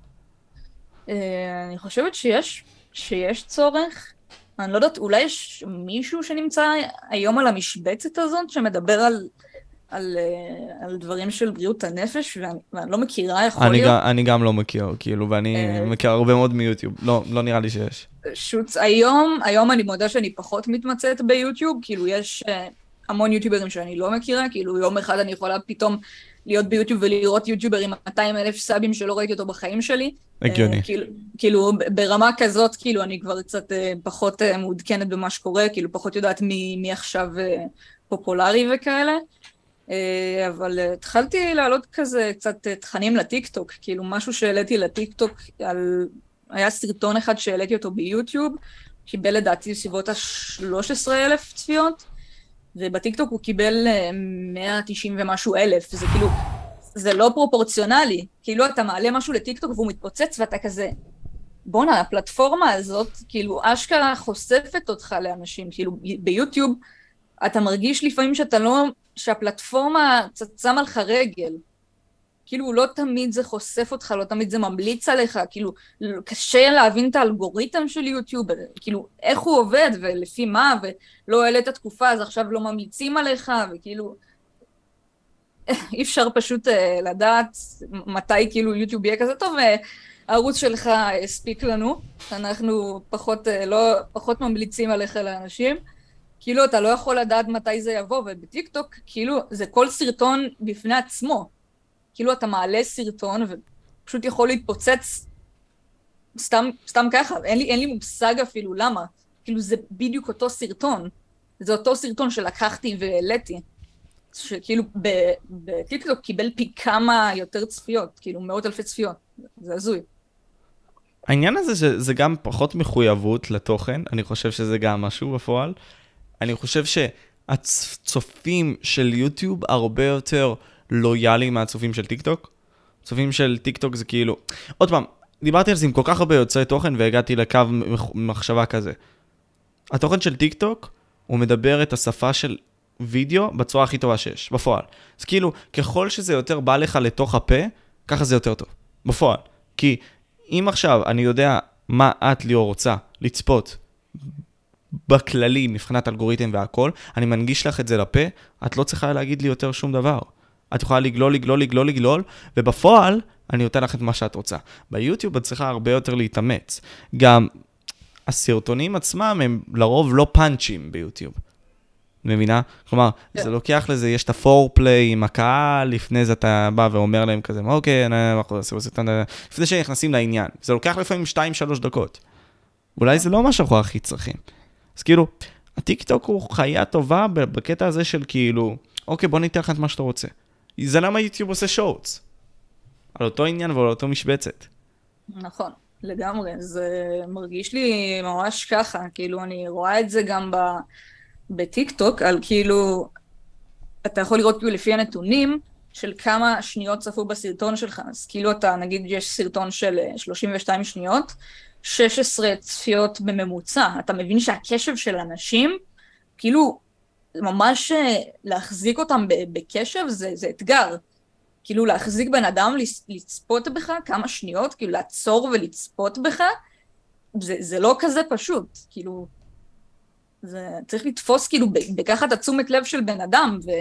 אני חושבת שיש, שיש צורך. אני לא יודעת, אולי יש מישהו שנמצא היום על המשבצת הזאת, שמדבר על, על, על דברים של בריאות הנפש, ואני, ואני לא מכירה, יכול אני להיות. גם, אני גם לא מכיר, כאילו, ואני מכיר הרבה מאוד מיוטיוב. לא, לא נראה לי שיש. שוץ, היום, היום אני מודה שאני פחות מתמצאת ביוטיוב, כאילו יש המון יוטיוברים שאני לא מכירה, כאילו יום אחד אני יכולה פתאום להיות ביוטיוב ולראות יוטיובר עם מאתיים אלף סאבים שלא ראיתי אותו בחיים שלי. הגיוני. כאילו, כאילו ברמה כזאת, כאילו אני כבר קצת פחות מעודכנת במה שקורה, כאילו פחות יודעת מי, מי עכשיו פופולרי וכאלה. אבל התחלתי לעלות כזה קצת תכנים לטיקטוק, כאילו משהו שהעליתי לטיקטוק, על... היה סרטון אחד שהעליתי אותו ביוטיוב, קיבל לדעתי סביבות ה-שלוש עשרה אלף צפיות, ובטיקטוק הוא קיבל מאה ותשעים ומשהו אלף, זה כאילו, זה לא פרופורציונלי, כאילו אתה מעלה משהו לטיקטוק והוא מתפוצץ ואתה כזה, בונה, הפלטפורמה הזאת, כאילו אשכרה חושפת אותך לאנשים, כאילו ביוטיוב אתה מרגיש לפעמים שאתה לא, שהפלטפורמה שמה לך רגל, כאילו לא תמיד זה חושף אותך, לא תמיד זה ממליץ עליך, כאילו קשה להבין את האלגוריתם של יוטיוב, כאילו איך הוא עובד ולפי מה, ולא העלית התקופה אז עכשיו לא ממליצים עליך, וכאילו אי אפשר פשוט לדעת מתי כאילו יוטיוב יהיה כזה טוב, הערוץ שלך הספיק לנו, אנחנו פחות, לא, פחות ממליצים עליך לאנשים, כאילו אתה לא יכול לדעת מתי זה יבוא, ובטיקטוק כאילו זה כל סרטון בפני עצמו, כאילו אתה מעלה סרטון ופשוט יכול להתפוצץ סתם, סתם ככה, אין לי, אין לי מושג אפילו למה, כאילו זה בדיוק אותו סרטון, זה אותו סרטון שלקחתי והעליתי, שכאילו בטיקטוק קיבל פי כמה יותר צפיות, כאילו מאות אלפי צפיות, זה הזוי. העניין הזה שזה גם פחות מחויבות לתוכן, אני חושב שזה גם משהו בפועל, אני חושב שהצופים של יוטיוב הרבה יותר לויאליים מהצופים של טיקטוק. צופים של טיקטוק זה כאילו, עוד פעם, דיברתי על זה עם כל כך הרבה יוצאי תוכן והגעתי לקו מחשבה כזה. התוכן של טיקטוק הוא מדבר את השפה של וידאו בצורה הכי טובה שיש, בפועל. אז כאילו, ככל שזה יותר בא לך לתוך הפה, ככה זה יותר טוב, בפועל. כי אם עכשיו אני יודע מה את ליאור רוצה לצפות בכללי, מבחינת אלגוריתם והכל, אני מנגיש לך את זה לפה, את לא צריכה להגיד לי יותר שום דבר. את יכולה לגלול, לגלול, לגלול, לגלול, ובפועל אני נותן לך את מה שאת רוצה. ביוטיוב את צריכה הרבה יותר להתאמץ. גם הסרטונים עצמם הם לרוב לא פאנצ'ים ביוטיוב. מבינה? כלומר, זה לוקח לזה, יש את הפורפליי עם הקהל, לפני זה אתה בא ואומר להם כזה, אוקיי, אנחנו עושים סרטון, לפני שנכנסים לעניין. זה לוקח לפעמים שתיים שלוש דקות. אולי זה לא מה שאנחנו הכי צריכים. אז כאילו, הטיקטוק הוא חיה טובה בקטע הזה של כאילו, אוקיי, בוא ניתן לך את מה שאתה רוצה. זה למה יוטיוב עושה שורטס. על אותו עניין ועל אותו משבצת. נכון, לגמרי. זה מרגיש לי ממש ככה. כאילו, אני רואה את זה גם ב... בטיקטוק, על כאילו, אתה יכול לראות כאילו לפי הנתונים של כמה שניות צפו בסרטון שלך. אז כאילו אתה, נגיד, יש סרטון של שלושים ושתיים שניות, שש עשרה צפיות בממוצע. אתה מבין שהקשב של אנשים, כאילו, ממש להחזיק אותם בקשב זה, זה אתגר. כאילו להחזיק בן אדם, לצפות בך כמה שניות, כאילו לעצור ולצפות בך, זה, זה לא כזה פשוט. כאילו, זה צריך לתפוס כאילו בכך את התשומת לב של בן אדם, ו...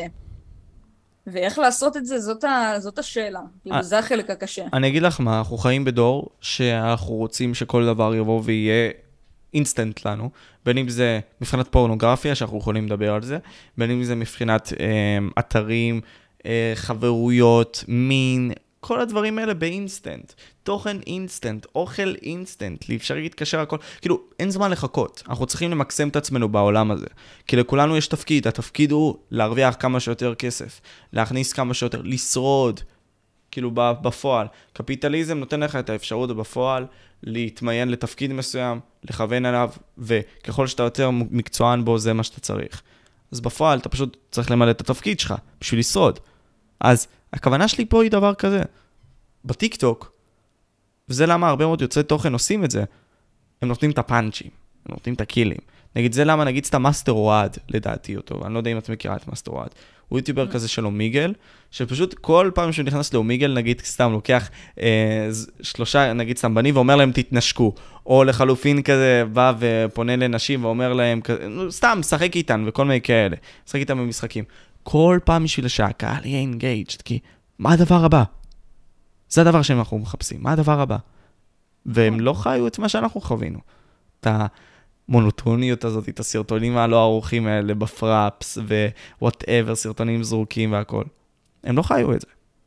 ואיך לעשות את זה, זאת, ה... זאת השאלה. כאילו, זה החלק הקשה. אני אגיד לך מה, אנחנו חיים בדור שאנחנו רוצים שכל דבר יבוא ויהיה אינסטנט לנו, בין אם זה מבחינת פורנוגרפיה, שאנחנו יכולים לדבר על זה, בין אם זה מבחינת אה, אתרים, אה, חברויות, מין, כל הדברים האלה באינסטנט. תוכן אינסטנט, אוכל אינסטנט, לאפשר להתקשר הכל. כאילו, אין זמן לחכות. אנחנו צריכים למקסם את עצמנו בעולם הזה. כי לכולנו יש תפקיד. התפקיד הוא להרוויח כמה שיותר כסף, להכניס כמה שיותר, לשרוד. כאילו בפועל. קפיטליזם נותן לך את האפשרות בפועל להתמיין לתפקיד מסוים, לכוון עליו, וככל שאתה יותר מקצוען בו, זה מה שאתה צריך. אז בפועל אתה פשוט צריך למלא את התפקיד שלך, בשביל לשרוד. אז הכוונה שלי פה היא דבר כזה. בטיקטוק, וזה למה הרבה מאוד יוצאי תוכן עושים את זה, הם נותנים את הפאנצ'ים, הם נותנים את הקילים. נגיד, זה למה נגיד סתם מאסטר אוהד, לדעתי אותו, אני לא יודע אם את מכירה את מאסטר אוהד. הוא יוטיובר כזה של אומיגל, שפשוט כל פעם שהוא נכנס לאומיגל, נגיד סתם לוקח אה, שלושה, נגיד סתם בנים, ואומר להם תתנשקו, או לחלופין כזה בא ופונה לנשים ואומר להם, כזה, סתם, שחק איתן וכל מיני כאלה, שחק איתן במשחקים. כל פעם בשביל שהקהל יהיה engaged, כי מה הדבר הבא? זה הדבר שאנחנו מחפשים, מה הדבר הבא? והם לא חיו את מה שאנחנו חווינו. את המונוטוניות הזאת, את הסרטונים הלא ערוכים האלה בפראפס, ו-whatever, סרטונים זרוקים והכל. הם לא חיו את זה.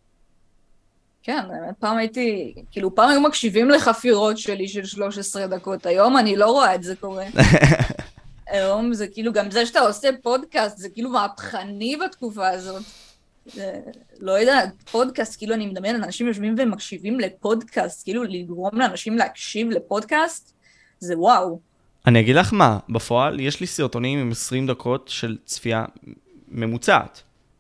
כן, פעם הייתי, כאילו פעם היו מקשיבים לחפירות שלי של שלוש עשרה דקות, היום אני לא רואה את זה קורה. היום זה כאילו, גם זה שאתה עושה פודקאסט, זה כאילו מהפכני בתקופה הזאת. לא יודע, פודקאסט, כאילו אני מדמיין, אנשים יושבים ומקשיבים לפודקאסט, כאילו לגרום לאנשים להקשיב לפודקאסט, זה וואו. אני אגיד לך מה, בפועל יש לי סרטונים עם עשרים דקות של צפייה ממוצעת.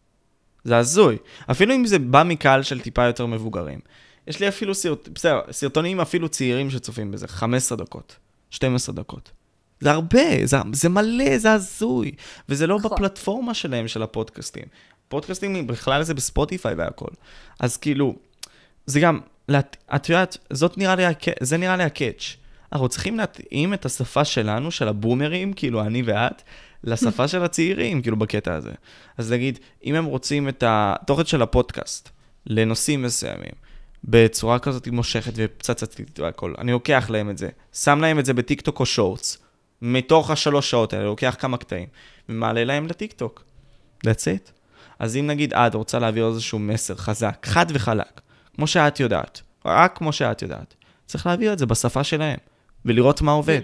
זה הזוי. אפילו אם זה בא מקהל של טיפה יותר מבוגרים. יש לי אפילו סרט... בסדר, סרטונים אפילו צעירים שצופים בזה, חמש עשרה דקות, שתים עשרה דקות. זה הרבה, זה, זה מלא, זה הזוי. וזה לא בפלטפורמה שלהם, של הפודקאסטים. פודקאסטים בכלל זה בספוטיפיי והכל. אז כאילו, זה גם, את יודעת, זאת נראה לי, זה נראה לי הקאץ'. אנחנו צריכים להתאים את השפה שלנו, של הבומרים, כאילו אני ואת, לשפה של הצעירים, כאילו בקטע הזה. אז נגיד, אם הם רוצים את התוכן של הפודקאסט, לנושאים מסוימים, בצורה כזאת מושכת ופצצתית והכל, אני לוקח להם את זה, שם להם את זה בטיקטוק או שורטס, מתוך השלוש שעות האלה, לוקח כמה קטעים, ומעלה להם לטיקטוק. That's it. אז אם נגיד, את רוצה להעביר איזשהו מסר חזק, חד וחלק, כמו שאת יודעת, רק כמו שאת יודעת, צריך להעביר את זה בשפה שלהם, ולראות מה עובד.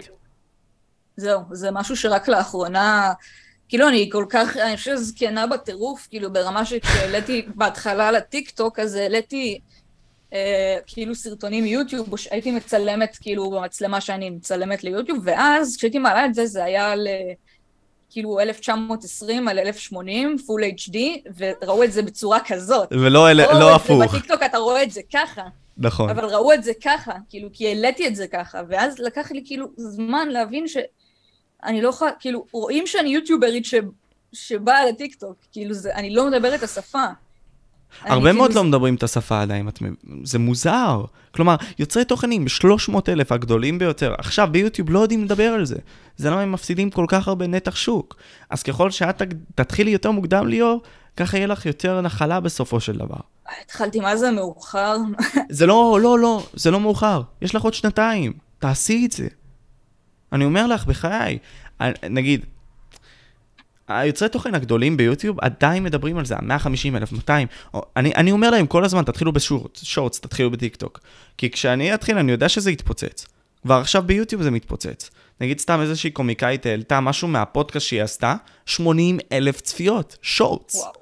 זהו, זה משהו שרק לאחרונה, כאילו אני כל כך, אני חושב זקנה בטירוף, כאילו ברמה שכשהעליתי בהתחלה לטיקטוק, אז העליתי אה, כאילו סרטונים מיוטיוב, הייתי מצלמת כאילו במצלמה שאני מצלמת ליוטיוב, ואז כשהייתי מעלה את זה, זה היה ל... כאילו אלף תשע מאות עשרים על אלף שמונים, פול אייץ' די, וראו את זה בצורה כזאת. ולא אל... לא הפוך. בטיקטוק אתה רואה את זה ככה. נכון. אבל ראו את זה ככה, כאילו, כי העליתי את זה ככה, ואז לקח לי כאילו זמן להבין שאני לא יכולה, כאילו, רואים שאני יוטיוברית ש... שבאה לטיקטוק, כאילו, זה, אני לא מדברת את השפה. הרבה מאוד לא מדברים את השפה עדיין, זה מוזר. כלומר, יוצרי תוכנים ב-שלוש מאות אלף הגדולים ביותר, עכשיו ביוטיוב לא יודעים לדבר על זה. זה למה הם מפסידים כל כך הרבה נתח שוק. אז ככל שאת תתחילי יותר מוקדם ליאור, ככה יהיה לך יותר נחלה בסופו של דבר. התחלתי, מה זה מאוחר? זה לא, לא, לא, זה לא מאוחר. יש לך עוד שנתיים, תעשי את זה. אני אומר לך, בחיי, נגיד, היוצרי תוכן הגדולים ביוטיוב עדיין מדברים על זה, מאה וחמישים אלף, מאתיים. אני, אני אומר להם כל הזמן, תתחילו בשורטס, שורטס, תתחילו בטיקטוק. כי כשאני אתחיל, אני יודע שזה יתפוצץ. כבר עכשיו ביוטיוב זה מתפוצץ. נגיד סתם איזושהי קומיקאית העלתה משהו מהפודקאסט שהיא עשתה, שמונים אלף צפיות, שורטס. וואו.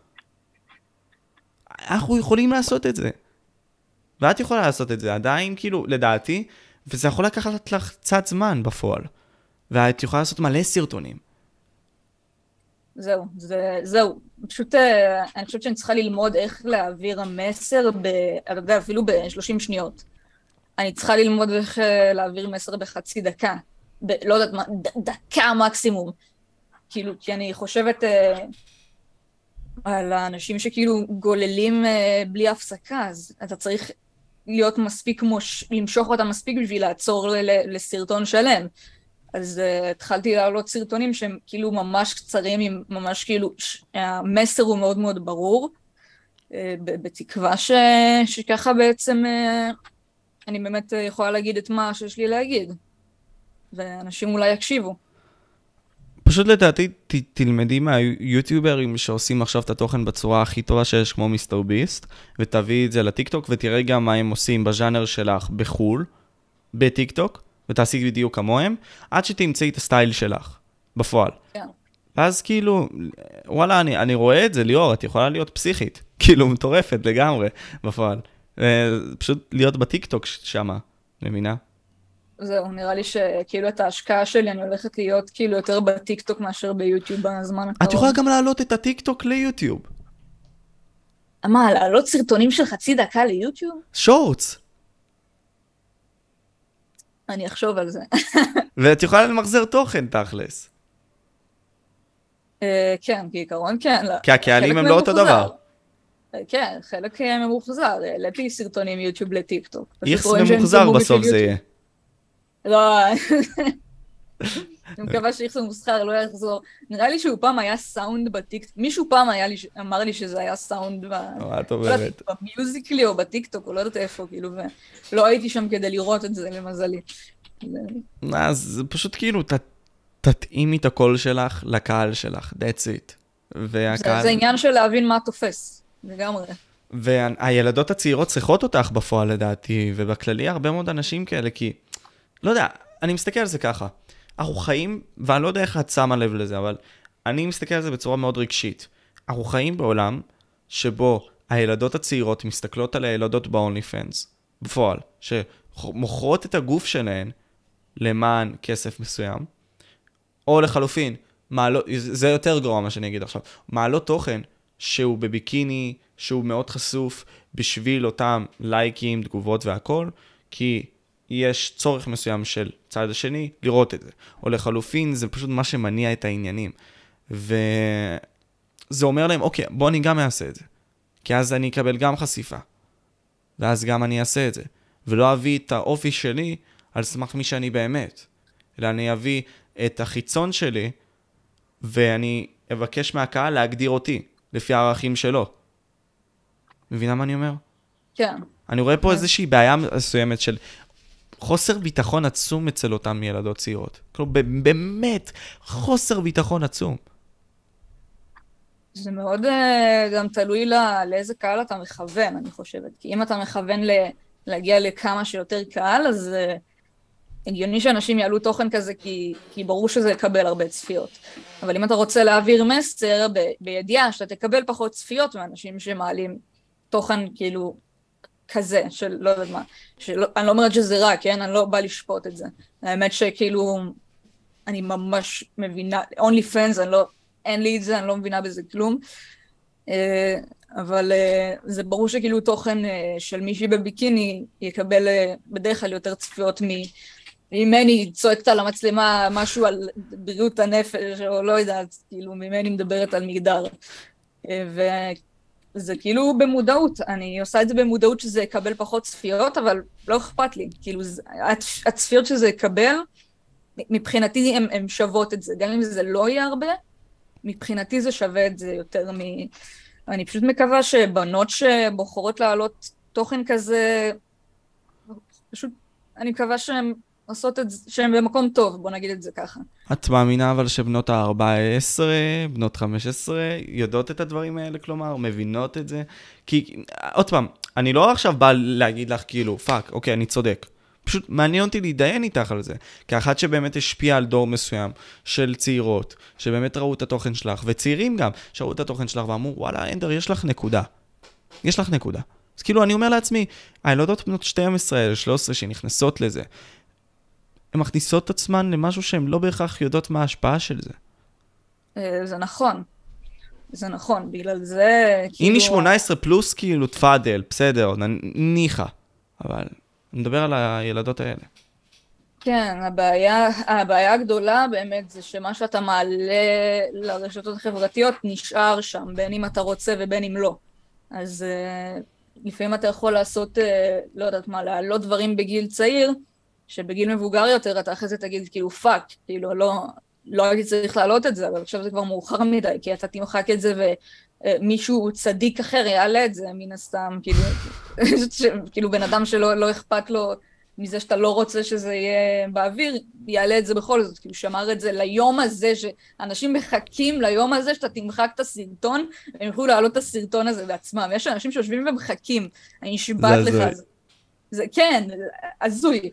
אנחנו יכולים לעשות את זה. ואת יכולה לעשות את זה עדיין, כאילו, לדעתי, וזה יכול לקחת לך קצת זמן בפועל. ואת יכולה לעשות מלא סרטונים. זהו, זה, זהו. פשוט, אני חושבת שאני צריכה ללמוד איך להעביר המסר, ב, אפילו ב-שלושים שניות. אני צריכה ללמוד איך להעביר מסר בחצי דקה. ב, לא יודעת מה, ד, דקה מקסימום. כאילו, כי אני חושבת אה, על האנשים שכאילו גוללים אה, בלי הפסקה, אז אתה צריך להיות מספיק, מוש, למשוך אותם מספיק בשביל לעצור ל, ל, לסרטון שלם. אז uh, התחלתי לעלות סרטונים שהם כאילו ממש קצרים, עם ממש כאילו, ש... המסר הוא מאוד מאוד ברור, uh, בתקווה ש... שככה בעצם uh, אני באמת uh, יכולה להגיד את מה שיש לי להגיד, ואנשים אולי יקשיבו. פשוט לדעתי ת, תלמדי מהיוטיוברים שעושים עכשיו את התוכן בצורה הכי טובה שיש כמו מיסטר ביסט, ותביא את זה לטיקטוק, ותראה גם מה הם עושים בז'אנר שלך בחול, בטיקטוק, ותעשי בדיוק כמוהם, עד שתמצאי את הסטייל שלך, בפועל. כן. ואז כאילו, וואלה, אני, אני רואה את זה, ליאור, את יכולה להיות פסיכית, כאילו מטורפת לגמרי, בפועל. פשוט להיות בטיקטוק שמה, מבינה? זהו, נראה לי שכאילו את ההשקעה שלי, אני הולכת להיות כאילו יותר בטיקטוק מאשר ביוטיוב בזמן הקרוב. את יכולה גם להעלות את הטיקטוק ליוטיוב. מה, להעלות סרטונים של חצי דקה ליוטיוב? שורטס. אני אחשוב על זה. ואת יכולה למחזר תוכן, תכלס. כן, כעיקרון כן. כי הקהלים הם לא אותו דבר. כן, חלק ממוחזר. העליתי סרטונים יוטיוב לטיקטוק. איכס ממוחזר בסוף זה יהיה. לא, אני מקווה שאיכס ממוחזר לא יחזור. נראה לי שהוא פעם היה סאונד בטיקטוק. מישהו פעם אמר לי שזה היה סאונד במיוזיקלי או בטיקטוק, או לא יודעת איפה, כאילו, ולא הייתי שם כדי לראות את זה, למזלי. אז זה פשוט כאילו, תתאימי את הקול שלך לקהל שלך, that's it. זה עניין של להבין מה תופס, לגמרי. והילדות הצעירות צריכות אותך בפועל לדעתי, ובכללי הרבה מאוד אנשים כאלה, כי, לא יודע, אני מסתכל על זה ככה. אנחנו חיים, ואני לא יודע איך את שמה לב לזה, אבל אני מסתכל על זה בצורה מאוד רגשית. אנחנו חיים בעולם שבו הילדות הצעירות מסתכלות על הילדות ב-Only Fans, בפועל, שמוכרות את הגוף שלהן למען כסף מסוים, או לחלופין, מעלות, זה יותר גרוע מה שאני אגיד עכשיו, מעלות תוכן שהוא בביקיני, שהוא מאוד חשוף בשביל אותם לייקים, תגובות והכל, כי יש צורך מסוים של צד השני לראות את זה. או לחלופין, זה פשוט מה שמניע את העניינים. וזה אומר להם, אוקיי, בוא אני גם אעשה את זה. כי אז אני אקבל גם חשיפה. ואז גם אני אעשה את זה. ולא אביא את האופי שלי על סמך מי שאני באמת. אלא אני אביא את החיצון שלי, ואני אבקש מהקהל להגדיר אותי, לפי הערכים שלו. מבינה מה אני אומר? כן. אני רואה פה איזושהי בעיה מסוימת של חוסר ביטחון עצום אצל אותם ילדות צעירות. כלומר, באמת, חוסר ביטחון עצום. זה מאוד גם תלוי לאיזה קהל אתה מכוון, אני חושבת. כי אם אתה מכוון להגיע לכמה שיותר קהל, אז הגיוני שאנשים יעלו תוכן כזה, כי, כי ברור שזה יקבל הרבה צפיות. אבל אם אתה רוצה להעביר מסר ב, בידיעה שאתה תקבל פחות צפיות מאנשים שמעלים תוכן כאילו כזה, של לא יודעת מה, שלא, אני לא אומרת שזה רע, כן? אני לא בא לשפוט את זה. האמת שכאילו, אני ממש מבינה, only fans, אני לא, אין לי את זה, אני לא מבינה בזה כלום. אבל זה ברור שכאילו תוכן של מישהי בביקיני יקבל בדרך כלל יותר צפיות ממני צועקת על המצלמה משהו על בריאות הנפש, או לא יודעת, כאילו ממני מדברת על מגדר. וזה כאילו במודעות, אני עושה את זה במודעות שזה יקבל פחות צפיות, אבל לא אכפת לי. כאילו הצפיות שזה יקבל, מבחינתי הן שוות את זה, גם אם זה לא יהיה הרבה, מבחינתי זה שווה את זה יותר מ... אני פשוט מקווה שבנות שבוחרות לעלות תוכן כזה, פשוט אני מקווה שהן עושות את זה, שהן במקום טוב, בוא נגיד את זה ככה. את מאמינה אבל שבנות ה-ארבע עשרה, בנות חמש עשרה, יודעות את הדברים האלה, כלומר, מבינות את זה? כי, עוד פעם, אני לא עכשיו בא להגיד לך כאילו, פאק, אוקיי, אני צודק. פשוט מעניין אותי להידיין איתך על זה. כאחת שבאמת השפיעה על דור מסוים של צעירות, שבאמת ראו את התוכן שלך, וצעירים גם, שראו את התוכן שלך ואמרו, וואלה, אנדר, יש לך נקודה. יש לך נקודה. אז כאילו, אני אומר לעצמי, הילדות בנות שתים עשרה, שלוש עשרה שנכנסות לזה, הן מכניסות את עצמן למשהו שהן לא בהכרח יודעות מה ההשפעה של זה. זה נכון. זה נכון, בגלל זה... אם היא שמונה עשרה פלוס, כאילו, תפאדל, בסדר, ניחה. אבל... אני מדבר על הילדות האלה. כן, הבעיה, הבעיה הגדולה באמת זה שמה שאתה מעלה לרשתות החברתיות נשאר שם, בין אם אתה רוצה ובין אם לא. אז uh, לפעמים אתה יכול לעשות, uh, לא יודעת מה, להעלות דברים בגיל צעיר, שבגיל מבוגר יותר אתה אחרי זה תגיד כאילו פאק, כאילו לא, לא הייתי צריך להעלות את זה, אבל עכשיו זה כבר מאוחר מדי, כי אתה תמחק את זה ו... מישהו צדיק אחר יעלה את זה, מן הסתם, כאילו, כאילו בן אדם שלא לא אכפת לו מזה שאתה לא רוצה שזה יהיה באוויר, יעלה את זה בכל זאת, כאילו שמר את זה ליום הזה, שאנשים מחכים ליום הזה שאתה תמחק את הסרטון, והם יוכלו להעלות את הסרטון הזה בעצמם. יש אנשים שיושבים ומחכים, אני נשבעת לך. זה, זה, כן, הזוי.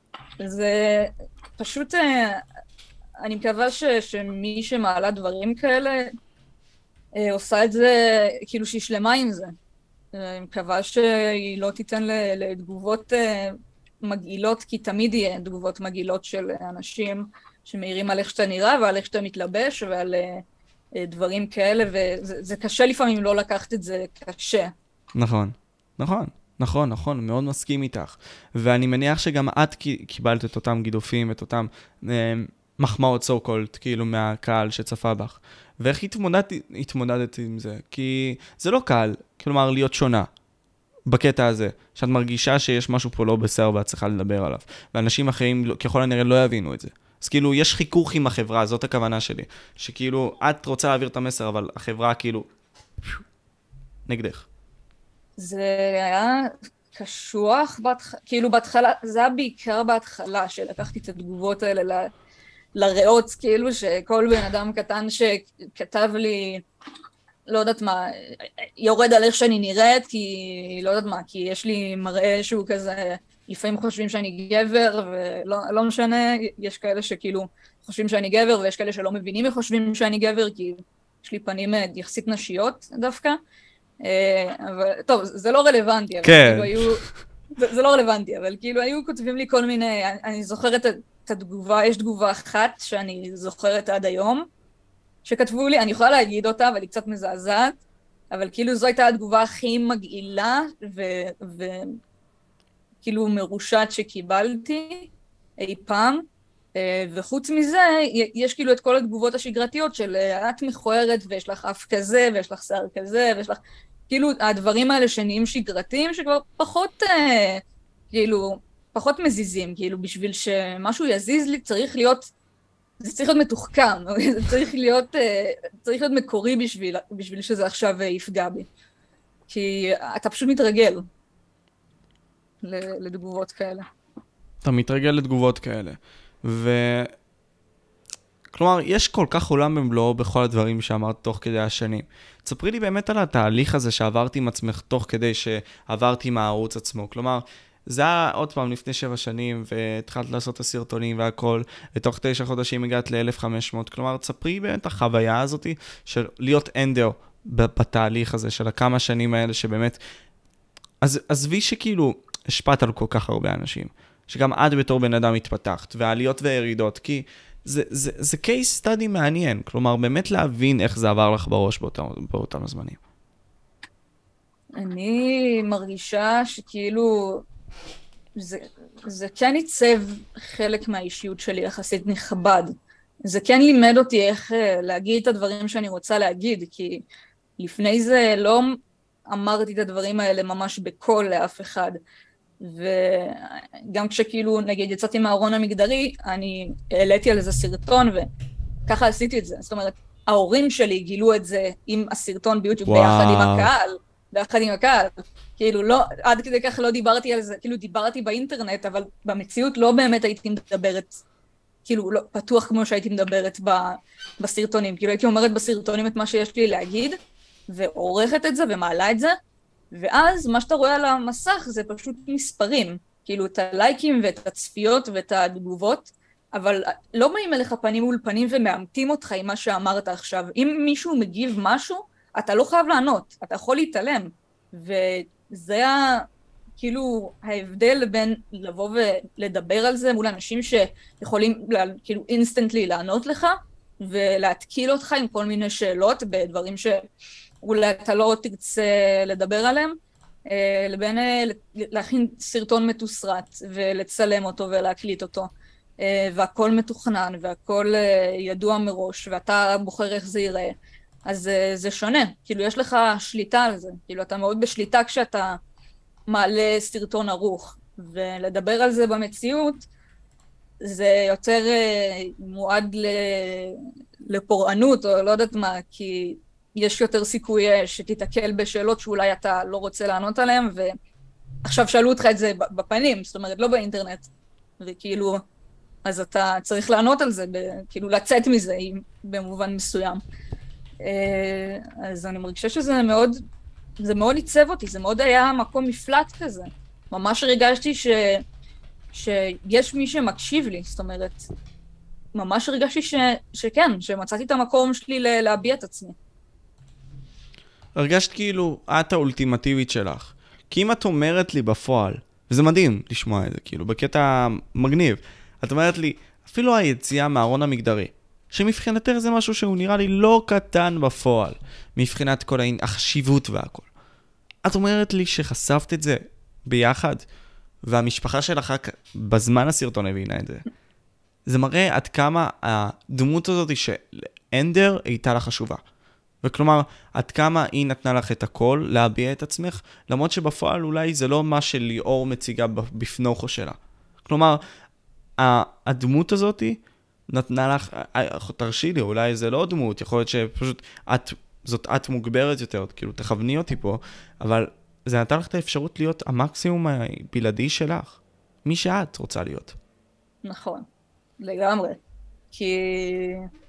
זה פשוט, אני מקווה ש, שמי שמעלה דברים כאלה, עושה את זה, כאילו שהיא שלמה עם זה. אני מקווה שהיא לא תיתן לתגובות מגעילות, כי תמיד יהיה תגובות מגעילות של אנשים שמעירים על איך שאתה נראה ועל איך שאתה מתלבש ועל דברים כאלה, וזה קשה לפעמים לא לקחת את זה קשה. נכון, נכון, נכון, נכון, מאוד מסכים איתך. ואני מניח שגם את קיבלת את אותם גידופים, את אותם מחמאות so called, כאילו מהקהל שצפה בך. ואיך התמודדת, התמודדת עם זה? כי זה לא קל, כלומר, להיות שונה בקטע הזה, שאת מרגישה שיש משהו פה לא בסדר ואת צריכה לדבר עליו. ואנשים אחרים, ככל הנראה, לא יבינו את זה. אז כאילו, יש חיכוך עם החברה, זאת הכוונה שלי. שכאילו, את רוצה להעביר את המסר, אבל החברה כאילו, נגדך. זה היה קשוח, בהתח... כאילו בהתחלה, זה היה בעיקר בהתחלה, שלקחתי את התגובות האלה ל... לראות, כאילו שכל בן אדם קטן שכתב לי לא יודעת מה, יורד על איך שאני נראית, כי לא יודעת מה, כי יש לי מראה שהוא כזה, לפעמים חושבים שאני גבר, ולא לא משנה, יש כאלה שכאילו חושבים שאני גבר, ויש כאלה שלא מבינים וחושבים שאני גבר, כי יש לי פנים יחסית נשיות דווקא. אבל טוב, זה לא רלוונטי, אבל כן. כאילו היו... זה, זה לא רלוונטי, אבל כאילו היו כותבים לי כל מיני, אני, אני זוכרת את התגובה, יש תגובה אחת שאני זוכרת עד היום, שכתבו לי, אני יכולה להגיד אותה, אבל היא קצת מזעזעת, אבל כאילו זו הייתה התגובה הכי מגעילה, וכאילו מרושעת שקיבלתי אי פעם, וחוץ מזה, יש כאילו את כל התגובות השגרתיות של את מכוערת, ויש לך אף כזה, ויש לך שיער כזה, ויש לך... כאילו, הדברים האלה שנהיים שגרתיים, שכבר פחות, אה, כאילו, פחות מזיזים, כאילו, בשביל שמשהו יזיז לי, צריך להיות, זה צריך להיות מתוחכם, זה צריך להיות, אה, צריך להיות מקורי בשביל, בשביל שזה עכשיו יפגע בי. כי אתה פשוט מתרגל לתגובות כאלה. אתה מתרגל לתגובות כאלה. ו... כלומר, יש כל כך עולם במלואו בכל הדברים שאמרת תוך כדי השנים. תספרי לי באמת על התהליך הזה שעברתי עם עצמך תוך כדי שעברתי עם הערוץ עצמו. כלומר, זה היה עוד פעם לפני שבע שנים, והתחלת לעשות את הסרטונים והכל, ותוך תשע חודשים הגעת ל-אלף וחמש מאות. כלומר, תספרי באמת החוויה הזאת של להיות אנדר בתהליך הזה, של הכמה שנים האלה שבאמת... אז עזבי שכאילו השפעת על כל כך הרבה אנשים, שגם את בתור בן אדם התפתחת, והעליות והירידות, כי... זה, זה, זה case study מעניין, כלומר, באמת להבין איך זה עבר לך בראש באותם, באותם הזמנים. אני מרגישה שכאילו, זה, זה כן ייצב חלק מהאישיות שלי יחסית נכבד. זה כן לימד אותי איך להגיד את הדברים שאני רוצה להגיד, כי לפני זה לא אמרתי את הדברים האלה ממש בקול לאף אחד. וגם כשכאילו, נגיד, יצאתי מהארון המגדרי, אני העליתי על איזה סרטון, וככה עשיתי את זה. זאת אומרת, ההורים שלי גילו את זה עם הסרטון ביוטיוב, ביחד עם הקהל, ביחד עם הקהל. כאילו, לא, עד כדי כך לא דיברתי על זה, כאילו, דיברתי באינטרנט, אבל במציאות לא באמת הייתי מדברת, כאילו, לא, פתוח כמו שהייתי מדברת ב, בסרטונים. כאילו, הייתי אומרת בסרטונים את מה שיש לי להגיד, ועורכת את זה ומעלה את זה, ואז מה שאתה רואה על המסך זה פשוט מספרים, כאילו את הלייקים ואת הצפיות ואת התגובות, אבל לא באים אליך פנים מול פנים ומאמתים אותך עם מה שאמרת עכשיו. אם מישהו מגיב משהו, אתה לא חייב לענות, אתה יכול להתעלם. וזה כאילו ההבדל בין לבוא ולדבר על זה מול אנשים שיכולים כאילו אינסטנטלי לענות לך, ולהתקיל אותך עם כל מיני שאלות בדברים ש... אולי אתה לא תרצה לדבר עליהם, לבין להכין סרטון מתוסרט ולצלם אותו ולהקליט אותו, והכל מתוכנן והכל ידוע מראש, ואתה בוחר איך זה ייראה. אז זה שונה, כאילו יש לך שליטה על זה, כאילו אתה מאוד בשליטה כשאתה מעלה סרטון ערוך, ולדבר על זה במציאות, זה יותר מועד לפורענות, או לא יודעת מה, כי... יש יותר סיכוי שתתקל בשאלות שאולי אתה לא רוצה לענות עליהן, ועכשיו שאלו אותך את זה בפנים, זאת אומרת, לא באינטרנט, וכאילו, אז אתה צריך לענות על זה, כאילו לצאת מזה במובן מסוים. אז אני מרגישה שזה מאוד, זה מאוד ייצב אותי, זה מאוד היה מקום מפלט כזה. ממש הרגשתי ש, שיש מי שמקשיב לי, זאת אומרת, ממש הרגשתי ש, שכן, שמצאתי את המקום שלי להביע את עצמי. הרגשת כאילו, את האולטימטיבית שלך. כי אם את אומרת לי בפועל, וזה מדהים לשמוע את זה, כאילו, בקטע מגניב, את אומרת לי, אפילו היציאה מהארון המגדרי, שמבחינתך זה משהו שהוא נראה לי לא קטן בפועל, מבחינת כל החשיבות והכל. את אומרת לי שחשפת את זה ביחד, והמשפחה שלך בזמן הסרטון הבינה את זה. זה מראה עד כמה הדמות הזאת שאנדר הייתה לה חשובה. וכלומר, עד כמה היא נתנה לך את הכל להביע את עצמך, למרות שבפועל אולי זה לא מה שליאור מציגה בפנוכו שלה. כלומר, הדמות הזאת נתנה לך, תרשי לי, אולי זה לא דמות, יכול להיות שפשוט את, זאת את מוגברת יותר, כאילו תכווני אותי פה, אבל זה נתן לך את האפשרות להיות המקסימום הבלעדי שלך, מי שאת רוצה להיות. נכון, לגמרי. כי...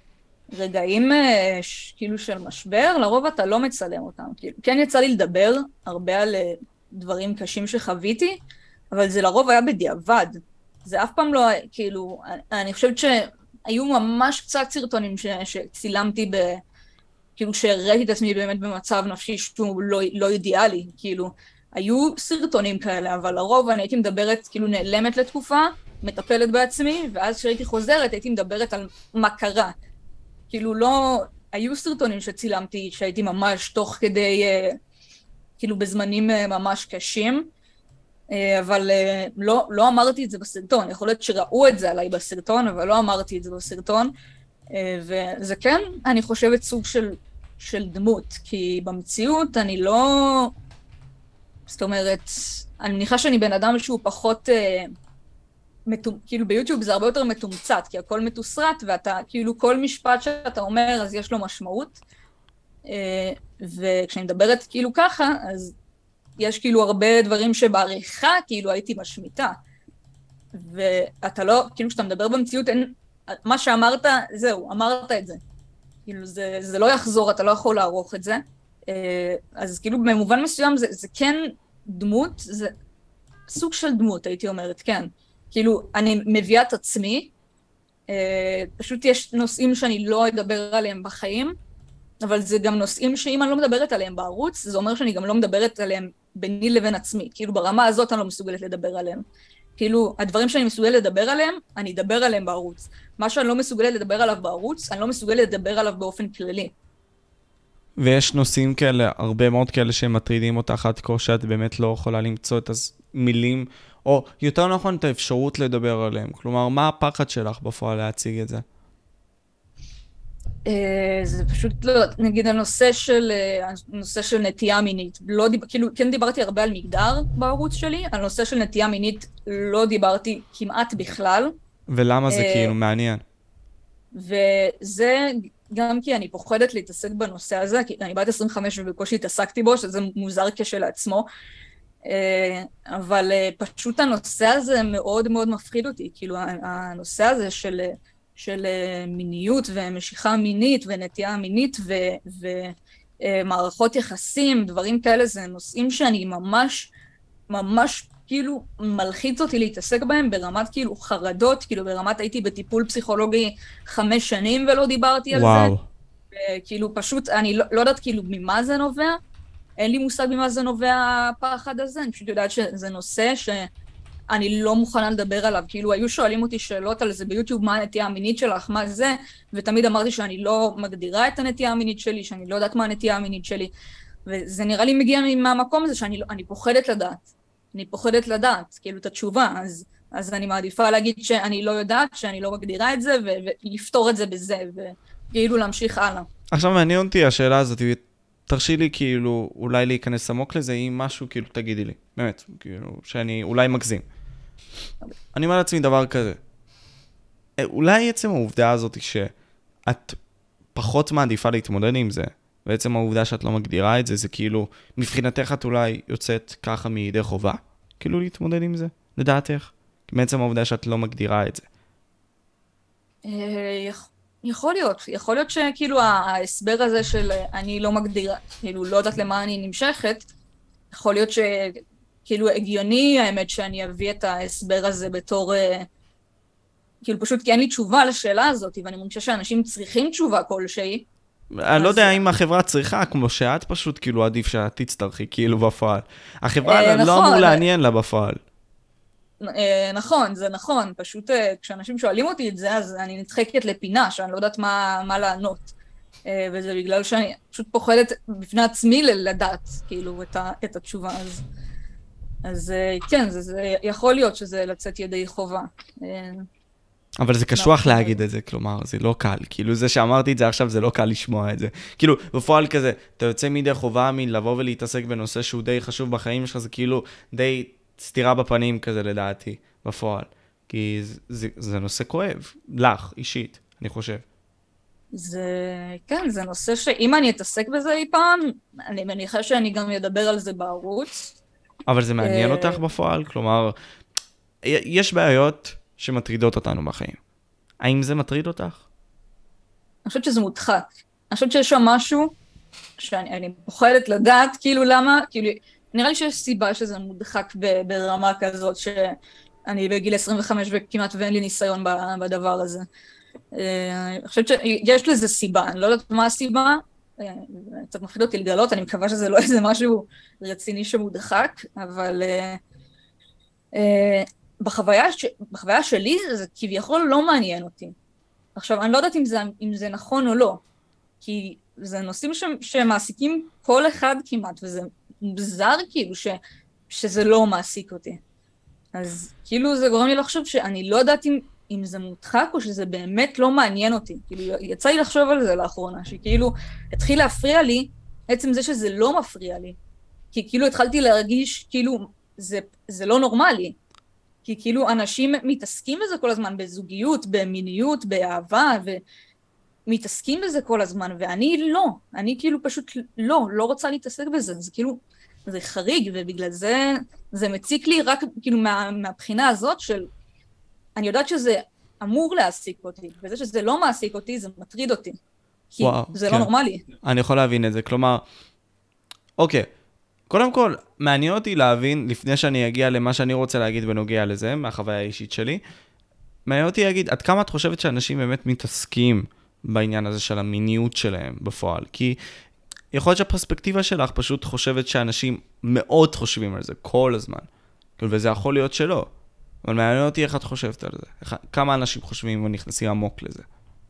רגעים אה, ש- כאילו של משבר, לרוב אתה לא מצלם אותם. כאילו, כן יצא לי לדבר הרבה על אה, דברים קשים שחוויתי, אבל זה לרוב היה בדיעבד. זה אף פעם לא, היה- כאילו, אני אני חושבת שהיו ממש קצת סרטונים ש, שצילמתי ב... כאילו שהראיתי את עצמי באמת במצב נפשי שהוא לא, לא אידיאלי, כאילו, היו סרטונים כאלה, אבל לרוב אני הייתי מדברת, כאילו נעלמת לתקופה, מטפלת בעצמי, ואז כשהייתי חוזרת הייתי מדברת על מה קרה. כאילו לא, היו סרטונים שצילמתי שהייתי ממש תוך כדי, אה, כאילו בזמנים אה, ממש קשים, אה, אבל אה, לא, לא אמרתי את זה בסרטון, יכול להיות שראו את זה עליי בסרטון, אבל לא אמרתי את זה בסרטון, אה, וזה כן, אני חושבת סוג של, של דמות, כי במציאות אני לא, זאת אומרת, אני מניחה שאני בן אדם שהוא פחות, אה, מתום, כאילו ביוטיוב זה הרבה יותר מתומצת, כי הכל מתוסרט, ואתה, כאילו כל משפט שאתה אומר, אז יש לו משמעות. אה, וכשאני מדברת כאילו ככה, אז יש כאילו הרבה דברים שבעריכה, כאילו הייתי משמיטה. ואתה לא, כאילו כשאתה מדבר במציאות, אין, מה שאמרת, זהו, אמרת את זה. כאילו זה, זה לא יחזור, אתה לא יכול לערוך את זה. אה, אז כאילו במובן מסוים זה, זה כן דמות, זה סוג של דמות, הייתי אומרת, כן. כאילו, אני מביאה את עצמי, אה, פשוט יש נושאים שאני לא אדבר עליהם בחיים, אבל זה גם נושאים שאם אני לא מדברת עליהם בערוץ, זה אומר שאני גם לא מדברת עליהם ביני לבין עצמי. כאילו, ברמה הזאת אני לא מסוגלת לדבר עליהם. כאילו, הדברים שאני מסוגלת לדבר עליהם, אני אדבר עליהם בערוץ. מה שאני לא מסוגלת לדבר עליו בערוץ, אני לא מסוגלת לדבר עליו באופן כללי. ויש נושאים כאלה, הרבה מאוד כאלה שמטרידים אותך עד כה, שאת באמת לא יכולה למצוא את המילים, או יותר נכון את האפשרות לדבר עליהם. כלומר, מה הפחד שלך בפועל להציג את זה? אה, זה פשוט לא, נגיד הנושא של, אה, הנושא של נטייה מינית, לא דיב, כאילו, כן דיברתי הרבה על מגדר בערוץ שלי, על נושא של נטייה מינית לא דיברתי כמעט בכלל. ולמה זה אה, כאילו מעניין? וזה גם כי אני פוחדת להתעסק בנושא הזה, כי אני בת עשרים וחמש ובקושי התעסקתי בו, שזה מוזר כשלעצמו, אה, אבל אה, פשוט הנושא הזה מאוד מאוד מפחיד אותי, כאילו הנושא הזה של, של אה, מיניות ומשיכה מינית ונטייה מינית ומערכות יחסים, דברים כאלה, זה נושאים שאני ממש, ממש כאילו מלחיץ אותי להתעסק בהם ברמת כאילו חרדות, כאילו ברמת הייתי בטיפול פסיכולוגי חמש שנים ולא דיברתי על וואו. זה, כאילו פשוט אני לא, לא יודעת כאילו ממה זה נובע, אין לי מושג ממה זה נובע הפחד הזה, אני פשוט יודעת שזה נושא שאני לא מוכנה לדבר עליו, כאילו היו שואלים אותי שאלות על זה ביוטיוב, מה הנטייה המינית שלך, מה זה, ותמיד אמרתי שאני לא מגדירה את הנטייה המינית שלי, שאני לא יודעת מה הנטייה המינית שלי, וזה נראה לי מגיע מהמקום הזה שאני לא, אני פוחדת לדעת, אני פוחדת לדעת, כאילו את התשובה, אז, אז אני מעדיפה להגיד שאני לא יודעת, שאני לא מגדירה את זה, ו- ולפתור את זה בזה, וכאילו להמשיך הלאה. עכשיו מעניין אותי השאלה הזאת, תרשי לי כאילו אולי להיכנס עמוק לזה, אם משהו כאילו תגידי לי, באמת, כאילו שאני אולי מגזים. אני אומר לעצמי דבר כזה, אולי עצם העובדה הזאת שאת פחות מעדיפה להתמודד עם זה, בעצם העובדה שאת לא מגדירה את זה, זה כאילו, מבחינתך את אולי יוצאת ככה מידי חובה, כאילו להתמודד עם זה, לדעתך? בעצם העובדה שאת לא מגדירה את זה. יכול להיות, יכול להיות שכאילו ההסבר הזה של אני לא מגדירה, כאילו לא יודעת למה אני נמשכת, יכול להיות שכאילו הגיוני האמת שאני אביא את ההסבר הזה בתור, כאילו פשוט כי אין לי תשובה לשאלה הזאת, ואני מרגישה שאנשים צריכים תשובה כלשהי. אני לא יודע אם החברה צריכה, כמו שאת פשוט כאילו עדיף שאת תצטרכי כאילו בפועל. החברה לא אמור לעניין לה בפועל. נכון, זה נכון, פשוט כשאנשים שואלים אותי את זה, אז אני נדחקת לפינה, שאני לא יודעת מה, מה לענות. וזה בגלל שאני פשוט פוחדת בפני עצמי לדעת, כאילו, את, ה, את התשובה. אז, אז כן, זה, זה יכול להיות שזה לצאת ידי חובה. אבל זה קשוח להגיד את זה, כלומר, זה לא קל. כאילו, זה שאמרתי את זה עכשיו, זה לא קל לשמוע את זה. כאילו, בפועל כזה, אתה יוצא מידי חובה מלבוא ולהתעסק בנושא שהוא די חשוב בחיים שלך, זה כאילו די סתירה בפנים כזה לדעתי, בפועל. כי זה, זה, זה נושא כואב, לך, אישית, אני חושב. זה, כן, זה נושא שאם אני אתעסק בזה אי פעם, אני מניחה שאני גם אדבר על זה בערוץ. אבל זה מעניין אותך בפועל? כלומר, יש בעיות שמטרידות אותנו בחיים. האם זה מטריד אותך? חושבת שזה מודחק. אני חושבת שיש שם משהו שאני אני פוחדת לדעת, כאילו למה, כאילו, נראה לי שיש סיבה שזה מודחק ב, ברמה כזאת, שאני בגיל עשרים וחמש וכמעט ואין לי ניסיון בדבר הזה. אני חושבת שיש לזה סיבה, אני לא יודעת מה הסיבה, קצת מפחיד אותי לגלות, אני מקווה שזה לא איזה משהו רציני שמודחק, אבל בחוויה, ש... בחוויה שלי זה כביכול לא מעניין אותי. עכשיו, אני לא יודעת אם זה, אם זה נכון או לא, כי זה נושאים ש... שמעסיקים כל אחד כמעט, וזה מוזר כאילו ש... שזה לא מעסיק אותי. אז כאילו זה גורם לי לחשוב שאני לא יודעת אם, אם זה מודחק או שזה באמת לא מעניין אותי. כאילו יצא לי לחשוב על זה לאחרונה, שכאילו התחיל להפריע לי, עצם זה שזה לא מפריע לי. כי כאילו התחלתי להרגיש כאילו זה, זה לא נורמלי. כי כאילו אנשים מתעסקים בזה כל הזמן, בזוגיות, במיניות, באהבה, ומתעסקים בזה כל הזמן, ואני לא. אני כאילו פשוט לא, לא רוצה להתעסק בזה. זה כאילו, זה חריג, ובגלל זה, זה מציק לי רק כאילו מה, מהבחינה הזאת של, אני יודעת שזה אמור להעסיק אותי, וזה שזה לא מעסיק אותי, זה מטריד אותי. כי וואו, זה כן. לא נורמלי. אני יכול להבין את זה, כלומר, אוקיי, קודם כל, מעניין אותי להבין, לפני שאני אגיע למה שאני רוצה להגיד בנוגע לזה, מהחוויה האישית שלי, מעניין אותי להגיד, עד כמה את חושבת שאנשים באמת מתעסקים בעניין הזה של המיניות שלהם בפועל? כי יכול להיות שהפרספקטיבה שלך פשוט חושבת שאנשים מאוד חושבים על זה כל הזמן, וזה יכול להיות שלא. אבל מעניין אותי איך את חושבת על זה. כמה אנשים חושבים ונכנסים עמוק לזה?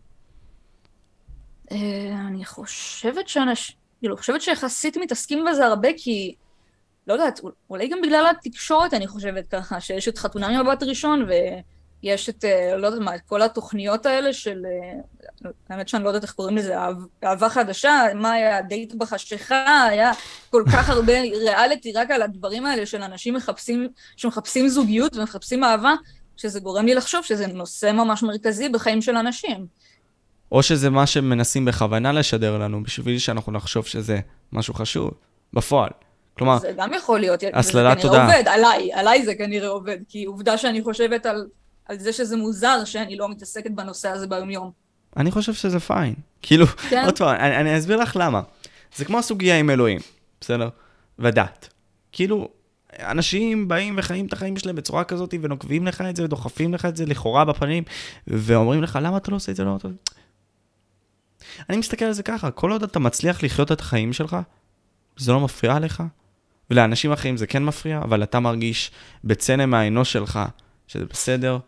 אני חושבת שאנשים, אני חושבת שיחסית מתעסקים בזה הרבה, כי, לא יודעת, אולי גם בגלל התקשורת אני חושבת ככה, שיש את חתונה ממבט ראשון, ויש את, לא יודעת מה, את כל התוכניות האלה של, האמת שאני לא יודעת איך קוראים לזה, אהבה חדשה, מה היה, דייט בחשיכה, היה כל כך הרבה ריאליטי רק על הדברים האלה של אנשים מחפשים, שמחפשים זוגיות ומחפשים אהבה, שזה גורם לי לחשוב שזה נושא ממש מרכזי בחיים של אנשים. או שזה מה שמנסים בכוונה לשדר לנו, בשביל שאנחנו נחשוב שזה משהו חשוב, בפועל. כלומר, זה גם יכול להיות, הסללת תודה. זה כנראה עובד, עליי, עליי זה כנראה עובד, כי עובדה שאני חושבת על, על זה שזה מוזר, שאני לא מתעסקת בנושא הזה ביום יום. אני חושב שזה פיין. כאילו, כן? עוד פעם, אני, אני אסביר לך למה. זה כמו הסוגיה עם אלוהים, בסדר? ודת. כאילו, אנשים באים וחיים את החיים שלהם בצורה כזאת, ונוקבים לך את זה, ודוחפים לך את זה לכאורה בפנים, ואומרים לך, למה אתה לא עושה את זה? לא, אתה... אני מסתכל על זה ככה, כל עוד אתה מצליח לחיות את החיים שלך, זה לא מפריע לך, ולאנשים אחרים זה כן מפריע, אבל אתה מרגיש בצלם האנוש שלך, שזה בסדר.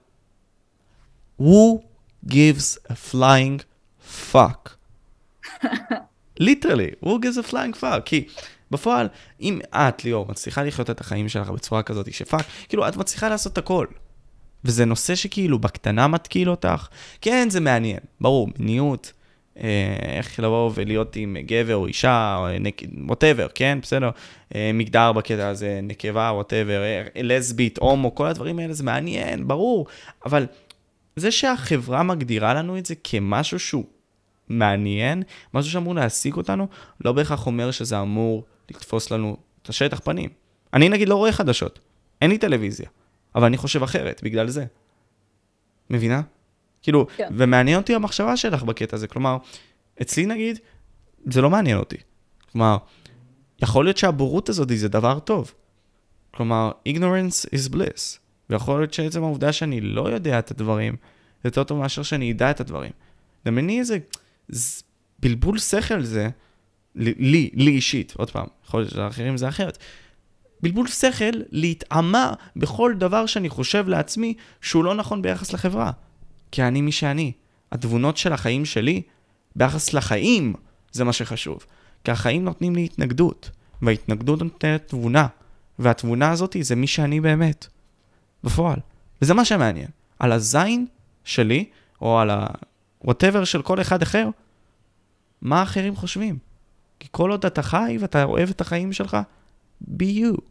Who gives a flying fuck? literally, who gives a flying fuck? כי בפועל, אם את, ליאור, מצליחה לחיות את החיים שלך בצורה כזאת, שפאק, כאילו, את מצליחה לעשות את הכל. וזה נושא שכאילו בקטנה מתקיל אותך. כן, זה מעניין, ברור, מיניות, איך לבוא ולהיות עם גבר או אישה, או whatever, כן? בסדר? מגדר בקטע הזה, נקבה, whatever, לסבית, הומו, כל הדברים האלה, זה מעניין, ברור. אבל זה שהחברה מגדירה לנו את זה כמשהו שהוא מעניין, משהו שאמור להשיג אותנו, לא בהכרח אומר שזה אמור לתפוס לנו את השטח פנים. אני נגיד לא רואה חדשות, אין לי טלוויזיה, אבל אני חושב אחרת בגלל זה. מבינה? כאילו, כן. ומעניין אותי המחשבה שלך בקטע הזה, כלומר, אצלי נגיד, זה לא מעניין אותי. כלומר, יכול להיות שהבורות הזאת זה דבר טוב. כלומר, ignorance is bliss. ויכול להיות שעצם העובדה שאני לא יודע את הדברים, יותר טוב מאשר שאני אדע את הדברים. דמייני איזה בלבול שכל זה, לי, לי אישית, עוד פעם, יכול להיות שלאחרים זה אחרת. בלבול שכל להתאמה בכל דבר שאני חושב לעצמי שהוא לא נכון ביחס לחברה. כי אני מי שאני. התבונות של החיים שלי, ביחס לחיים, זה מה שחשוב. כי החיים נותנים לי התנגדות, וההתנגדות נותנת תבונה, והתבונה הזאת זה מי שאני באמת. בפועל. וזה מה שמעניין. על הזין שלי, או על ה-whatever של כל אחד אחר, מה האחרים חושבים? כי כל עוד אתה חי ואתה אוהב את החיים שלך, be you.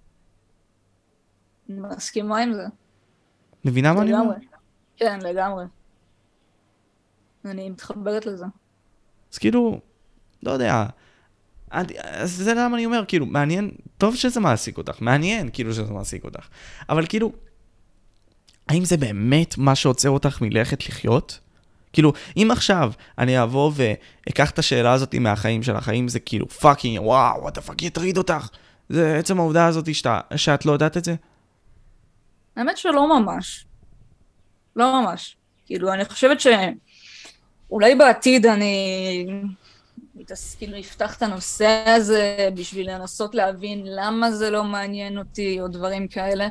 מסכימה עם זה. מבינה מה אני אומר? כן, לגמרי. אני מתחברת לזה. אז כאילו, לא יודע, אז זה למה אני אומר, כאילו, מעניין, טוב שזה מעסיק אותך, מעניין כאילו שזה מעסיק אותך, אבל כאילו, האם זה באמת מה שעוצר אותך מלכת לחיות? כאילו, אם עכשיו אני אבוא ואקח את השאלה הזאת מהחיים של החיים, זה כאילו פאקינג, וואו, what the fuck יטריד אותך. זה עצם העובדה הזאת שאתה, שאת לא יודעת את זה? האמת שלא ממש. לא ממש. כאילו, אני חושבת שאולי בעתיד אני כאילו אפתח את הנושא הזה בשביל לנסות להבין למה זה לא מעניין אותי או דברים כאלה.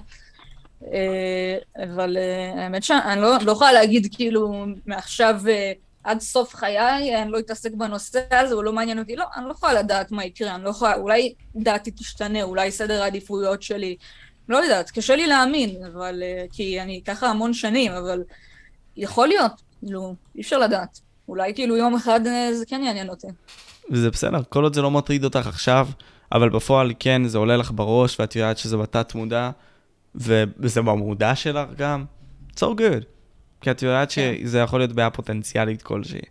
אבל האמת שאני לא, לא יכולה להגיד כאילו מעכשיו עד סוף חיי, אני לא אתעסק בנושא הזה, הוא לא מעניין אותי. לא, אני לא יכולה לדעת מה יקרה, אני לא יכולה, אולי דעתי תשתנה, אולי סדר העדיפויות שלי. לא יודעת, קשה לי להאמין, אבל, כי אני ככה המון שנים, אבל יכול להיות, כאילו, אי אפשר לדעת. אולי כאילו יום אחד זה כן יעניין אותי. וזה בסדר, כל עוד זה לא מטריד אותך עכשיו, אבל בפועל כן, זה עולה לך בראש, ואת יודעת שזה בתת מודע, וזה במודע שלך גם. It's all good. כי את יודעת שזה יכול להיות בעיה פוטנציאלית כלשהי.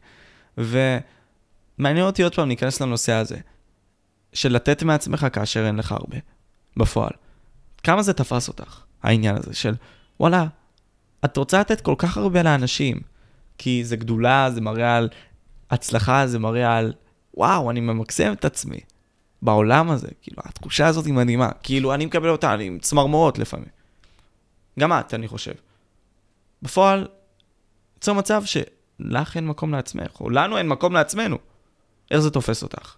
ומעניין אותי עוד פעם, ניכנס לנושא הזה, של לתת מעצמך כאשר אין לך הרבה, בפועל. כמה זה תפס אותך, העניין הזה של, וואלה, את רוצה לתת כל כך הרבה לאנשים, כי זה גדולה, זה מראה על הצלחה, זה מראה על, וואו, אני ממקסם את עצמי בעולם הזה, כאילו, התחושה הזאת היא מדהימה, כאילו, אני מקבל אותה, אני עם צמרמורות לפעמים. גם את, אני חושב. בפועל, יוצא מצב שלך אין מקום לעצמך, או לנו אין מקום לעצמנו. איך זה תופס אותך?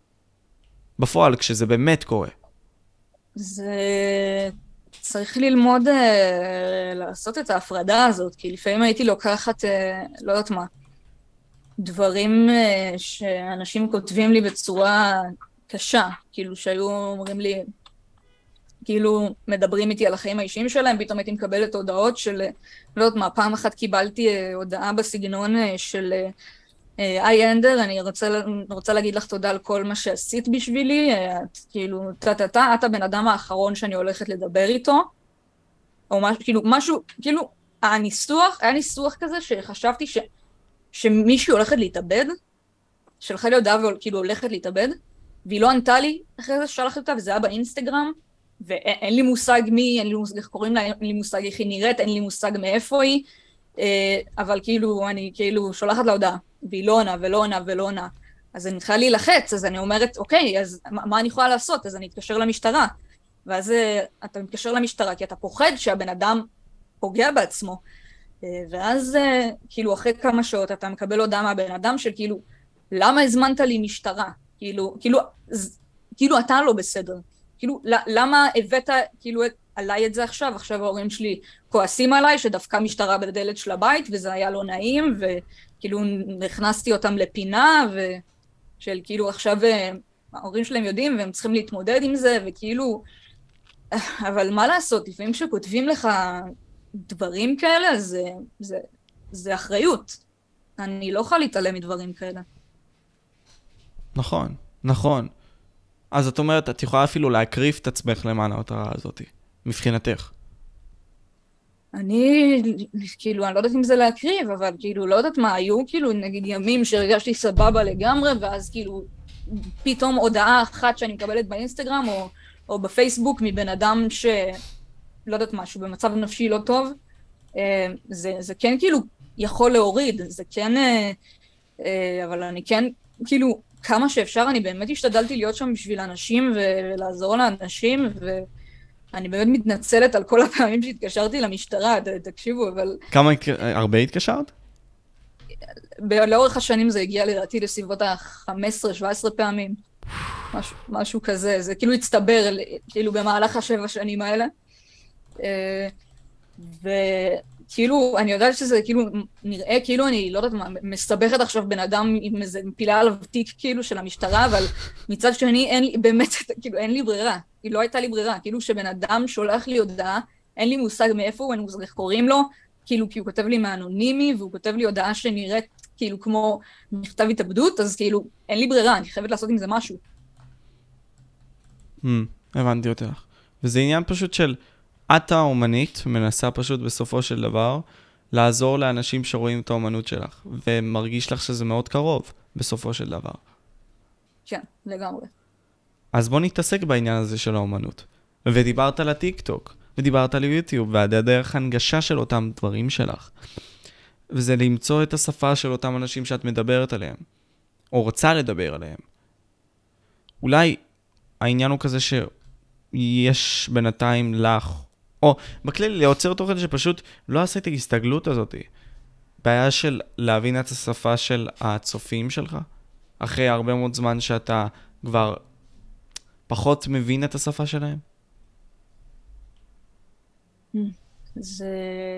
בפועל, כשזה באמת קורה. זה צריך ללמוד אה, לעשות את ההפרדה הזאת, כי לפעמים הייתי לוקחת, אה, לא יודעת מה, דברים אה, שאנשים כותבים לי בצורה קשה, כאילו שהיו אומרים לי, כאילו מדברים איתי על החיים האישיים שלהם, פתאום הייתי מקבלת הודעות של, לא יודעת מה, פעם אחת קיבלתי אה, הודעה בסגנון אה, של אה, היי אנדר, אני רוצה, רוצה להגיד לך תודה על כל מה שעשית בשבילי, את כאילו, טה-טה-טה, את הבן אדם האחרון שאני הולכת לדבר איתו, או משהו, כאילו, משהו, כאילו, הניסוח, היה ניסוח כזה שחשבתי ש, שמישהי הולכת להתאבד, שלחה לי הודעה וכאילו הולכת להתאבד, והיא לא ענתה לי, אחרי זה שלחתי אותה, וזה היה באינסטגרם, ואין לי מושג מי, אין לי מושג איך קוראים לה, אין לי מושג איך היא נראית, אין לי מושג מאיפה היא, אבל כאילו, אני כאילו שולחת לה הודעה, והיא לא עונה ולא עונה ולא עונה. אז אני מתחילה להילחץ, אז אני אומרת, אוקיי, אז מה אני יכולה לעשות? אז אני אתקשר למשטרה. ואז אתה מתקשר למשטרה, כי אתה פוחד שהבן אדם פוגע בעצמו. ואז, כאילו, אחרי כמה שעות אתה מקבל הודעה מהבן אדם של כאילו, למה הזמנת לי משטרה? כאילו, כאילו, כאילו אתה לא בסדר. כאילו, למה הבאת, כאילו, עליי את זה עכשיו? עכשיו ההורים שלי כועסים עליי, שדווקא משטרה בדלת של הבית, וזה היה לא נעים, וכאילו נכנסתי אותם לפינה, ושל כאילו עכשיו ההורים שלהם יודעים, והם צריכים להתמודד עם זה, וכאילו, אבל מה לעשות? לפעמים שכותבים לך דברים כאלה, זה, זה, זה אחריות. אני לא יכולה להתעלם מדברים כאלה. נכון, נכון. אז את אומרת, את יכולה אפילו להקריב את עצמך למען המטרה הזאת, מבחינתך. אני, כאילו, אני לא יודעת אם זה להקריב, אבל כאילו, לא יודעת מה, היו כאילו, נגיד ימים שהרגשתי סבבה לגמרי, ואז כאילו, פתאום הודעה אחת שאני מקבלת באינסטגרם, או, או בפייסבוק, מבן אדם ש... לא יודעת משהו, במצב נפשי לא טוב, זה, זה כן כאילו יכול להוריד, זה כן, אבל אני כן, כאילו, כמה שאפשר, אני באמת השתדלתי להיות שם בשביל אנשים, ולעזור לאנשים, ואני באמת מתנצלת על כל הפעמים שהתקשרתי למשטרה, תקשיבו, אבל... כמה, הרבה התקשרת? לאורך השנים זה הגיע לדעתי לסביבות ה-חמש עשרה שבע עשרה פעמים, משהו, משהו כזה, זה כאילו הצטבר, כאילו במהלך השבע שנים האלה, וכאילו, אני יודעת שזה כאילו נראה כאילו אני, לא יודעת מה, מסבכת עכשיו בן אדם עם איזה מפילה עליו תיק כאילו של המשטרה, אבל מצד שני אין לי, באמת, כאילו אין לי ברירה, כאילו לא הייתה לי ברירה, כאילו שבן אדם שולח לי הודעה, אין לי מושג מאיפה הוא, אין לי מושג איך קוראים לו, כאילו כי הוא כותב לי מאנונימי, והוא כותב לי הודעה שנראית כאילו כמו מכתב התאבדות, אז כאילו אין לי ברירה, אני חייבת לעשות עם זה משהו. Hmm, הבנתי אותך. וזה עניין פשוט של... את האומנית מנסה פשוט בסופו של דבר לעזור לאנשים שרואים את האומנות שלך, ומרגיש לך שזה מאוד קרוב בסופו של דבר. כן, לגמרי. אז בוא נתעסק בעניין הזה של האומנות. ודיברת על הטיק טוק, ודיברת על יוטיוב, ועד הדרך הנגשה של אותם דברים שלך. וזה למצוא את השפה של אותם אנשים שאת מדברת עליהם, או רוצה לדבר עליהם. אולי העניין הוא כזה שיש בינתיים לך, או בכלל ליוצר תוכן שפשוט לא עשה את ההסתגלות הזאת. בעיה של להבין את השפה של הצופים שלך, אחרי הרבה מאוד זמן שאתה כבר פחות מבין את השפה שלהם. זה...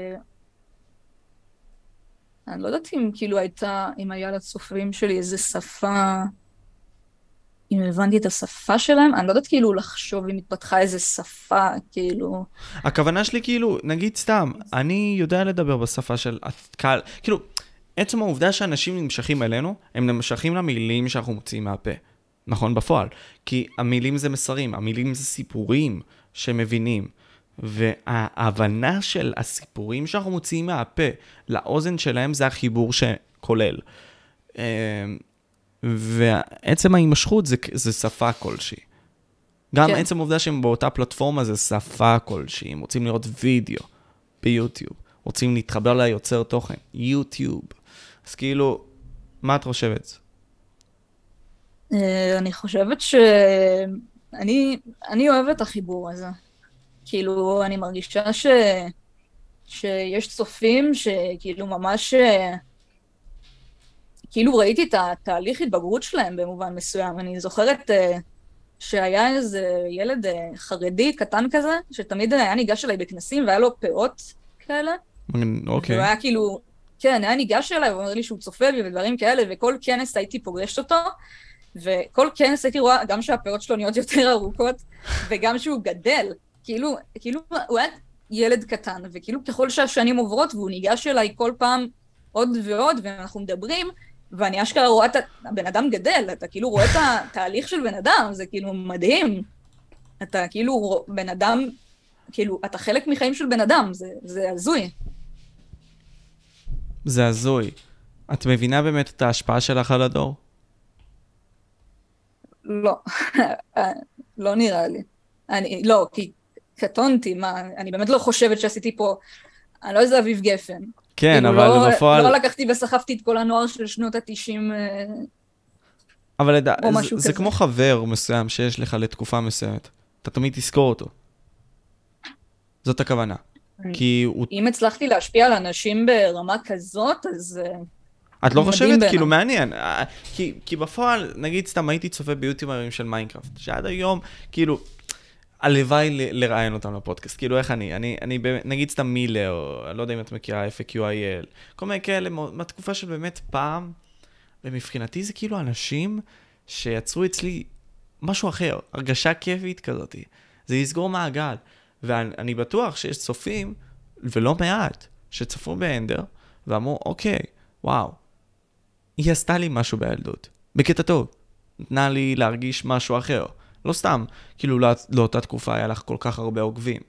אני לא יודעת אם כאילו הייתה, אם היה לצופים שלי איזה שפה, אם הבנתי את השפה שלהם, אני לא יודעת כאילו לחשוב אם התפתחה איזה שפה, כאילו... הכוונה שלי כאילו, נגיד סתם, אני יודע לדבר בשפה של הקהל, כאילו, עצם העובדה שאנשים נמשכים אלינו, הם נמשכים למילים שאנחנו מוציאים מהפה. נכון, בפועל. כי המילים זה מסרים, המילים זה סיפורים שמבינים. וההבנה של הסיפורים שאנחנו מוציאים מהפה לאוזן שלהם זה החיבור שכולל. ועצם ההימשכות זה, זה שפה כלשהי. גם כן. עצם העובדה שהם באותה פלטפורמה זה שפה כלשהי. הם רוצים לראות וידאו ביוטיוב. רוצים להתחבר ליוצר תוכן. יוטיוב. אז כאילו, מה את חושבת? אני חושבת ש... אני, אני אוהבת את החיבור הזה. כאילו, אני מרגישה ש... שיש צופים שכאילו ממש... כאילו ראיתי את התהליך התבגרות שלהם במובן מסוים. אני זוכרת שהיה איזה ילד חרדי קטן כזה, שתמיד היה ניגש אליי בכנסים והיה לו פאות כאלה. אוקיי. והוא היה כאילו... כן, היה ניגש אליי ואומר לי שהוא צופה בי ודברים כאלה, וכל כנס הייתי פוגשת אותו, וכל כנס הייתי רואה גם שהפאות שלו נהיות יותר ארוכות, וגם שהוא גדל. כאילו, כאילו, הוא היה ילד קטן, וכאילו ככל שהשנים עוברות, והוא ניגש אליי כל פעם עוד ועוד, ואנחנו מדברים, ואני אשכרה רואה את הבן אדם גדל, אתה כאילו רואה את התהליך של בן אדם, זה כאילו מדהים. אתה כאילו בן אדם, כאילו, אתה חלק מחיים של בן אדם, זה, זה הזוי. זה הזוי. את מבינה באמת את ההשפעה שלך על הדור? לא, לא נראה לי. אני, לא, כי קטונתי, מה, אני באמת לא חושבת שעשיתי פה, אני לא איזה אביב גפן. כן, אבל לא, בפועל... לא לקחתי וסחפתי את כל הנוער של שנות ה-תשעים, אבל לדע... או זה, משהו זה כזה. כמו חבר מסוים שיש לך לתקופה מסוימת. אתה תמיד תזכור אותו. זאת הכוונה. כי הוא... אם הצלחתי להשפיע על אנשים ברמה כזאת, אז... את לא חושבת? כאילו מעניין. כי, כי בפועל, נגיד סתם הייתי צופה ביוטיוברים של מיינקראפט, שעד היום, כאילו, הלוואי ל- לראיין אותם לפודקאסט. כאילו, איך אני? אני, אני באמת, נגיד סתם מילר, או, אני לא יודע אם את מכירה, אף קיו איי אל, כל מיני כאלה, מהתקופה של באמת פעם, ומבחינתי זה כאילו אנשים שיצרו אצלי משהו אחר, הרגשה כיפית כזאת. זה יסגור מעגל. ואני בטוח שיש צופים, ולא מעט, שצפו באנדר, ואמרו, אוקיי, וואו, היא עשתה לי משהו בילדות, בקטע טוב, נתנה לי להרגיש משהו אחר. לא סתם, כאילו לא, לאותה תקופה היה לך כל כך הרבה עוקבים.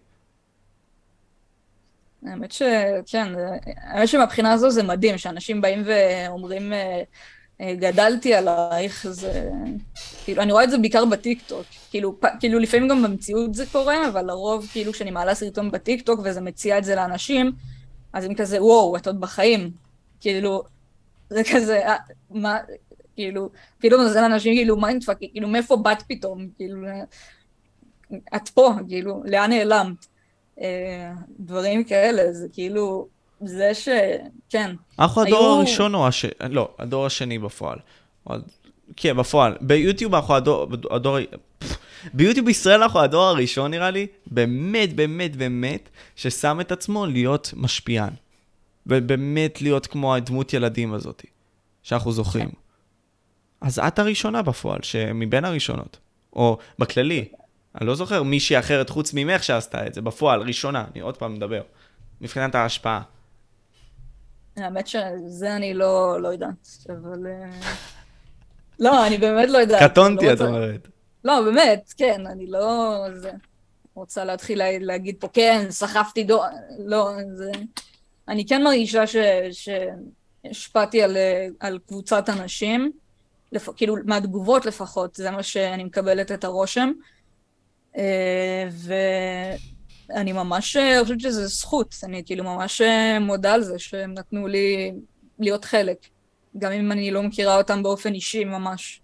האמת שכן, האמת שמבחינה הזו זה מדהים, שאנשים באים ואומרים, גדלתי עלייך, זה... כאילו, אני רואה את זה בעיקר בטיקטוק, כאילו, כאילו לפעמים גם במציאות זה קורה, אבל לרוב, כאילו, כשאני מעלה סרטון בטיקטוק וזה מציע את זה לאנשים, אז הם כזה, וואו, את עוד בחיים. כאילו, זה כזה, מה, כאילו, כאילו זה לאנשים, כאילו, מיינדפאק, כאילו, מאיפה באת פתאום? כאילו, את פה, כאילו, לאן נעלמת? דברים כאלה, זה כאילו, זה ש... כן. אנחנו הדור הראשון או השני? לא, הדור השני בפועל. כן, בפועל. ביוטיוב אנחנו הדור... ביוטיוב בישראל אנחנו הדור הראשון, נראה לי, באמת, באמת, באמת, ששם את עצמו להיות משפיען. ובאמת להיות כמו הדמות ילדים הזאת, שאנחנו זוכרים. אז את הראשונה בפועל, שמבין הראשונות. או בכללי, אני לא זוכר מישהי אחרת חוץ ממך שעשתה את זה, בפועל, ראשונה, אני עוד פעם מדבר. מבחינת ההשפעה. האמת שזה אני לא, לא יודעת, אבל... לא, אני באמת לא יודעת. קטונתי, את אומרת. לא, באמת, כן, אני לא... זה... רוצה להתחיל להגיד פה, כן, סחפתי דו... לא, זה... אני כן מרגישה ש... שהשפעתי על, על קבוצת אנשים, לפ... כאילו, מהתגובות לפחות, זה מה שאני מקבלת את הרושם. ו... אני ממש אה, חושבת שזה זכות, אני כאילו ממש אה, מודה על זה שהם נתנו לי להיות חלק, גם אם אני לא מכירה אותם באופן אישי ממש.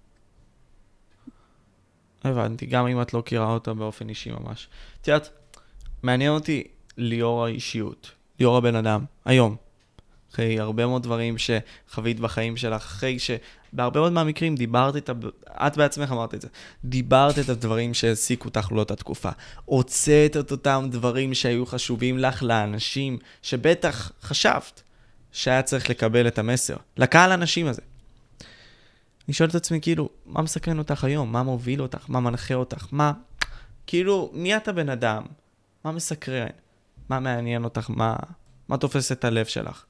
הבנתי, גם אם את לא מכירה אותה באופן אישי ממש. את יודעת, מעניין אותי ליאור האישיות, ליאור הבן אדם, היום. אחרי הרבה מאוד דברים שחווית בחיים שלך, אחרי שבהרבה מאוד מהמקרים דיברת את, את בעצמך אמרת את זה, דיברת את הדברים שהעסיקו אותך לאותה תקופה, הוצאת את אותם דברים שהיו חשובים לך לאנשים שבטח חשבת שהיה צריך לקבל את המסר, לקהל האנשים הזה. אני שואל את עצמי, כאילו, מה מסקרן אותך היום? מה מוביל אותך? מה מנחה אותך? מה, כאילו, מי אתה בן אדם? מה מסקרן? מה מעניין אותך? מה, מה תופס את הלב שלך?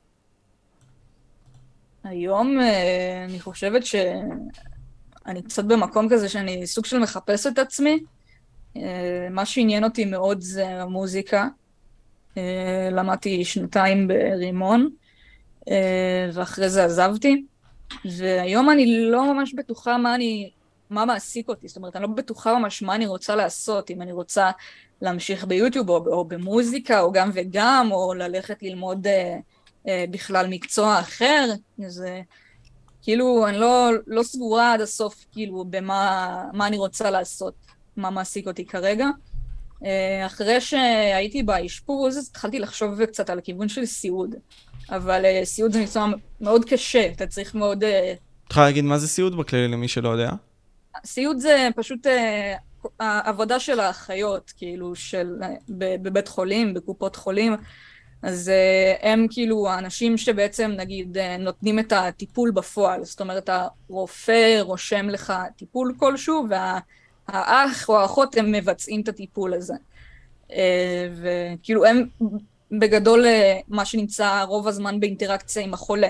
היום אה, אני חושבת שאני קצת במקום כזה שאני סוג של מחפש את עצמי. אה, מה שעניין אותי מאוד זה המוזיקה. אה, למדתי שנתיים ברימון, אה, ואחרי זה עזבתי. והיום אני לא ממש בטוחה מה אני, מה מעסיק אותי. זאת אומרת, אני לא בטוחה ממש מה אני רוצה לעשות, אם אני רוצה להמשיך ביוטיוב או, או במוזיקה, או גם וגם, או ללכת ללמוד אה, אה, בכלל מקצוע אחר. זה כאילו, אני לא, לא סגורה עד הסוף, כאילו, במה מה אני רוצה לעשות, מה מעסיק אותי כרגע. אה, אחרי שהייתי באשפוז, אז התחלתי לחשוב קצת על הכיוון של סיעוד. אבל uh, סיעוד זה מקצוע מאוד קשה, אתה צריך מאוד... Uh, את יכולה להגיד מה זה סיעוד בכללי למי שלא יודע? סיעוד זה פשוט uh, העבודה של האחיות, כאילו, של, uh, בבית חולים, בקופות חולים, אז uh, הם כאילו האנשים שבעצם, נגיד, uh, נותנים את הטיפול בפועל, זאת אומרת, הרופא רושם לך טיפול כלשהו, והאח או האחות הם מבצעים את הטיפול הזה. Uh, וכאילו הם... בגדול מה שנמצא רוב הזמן באינטראקציה עם החולה.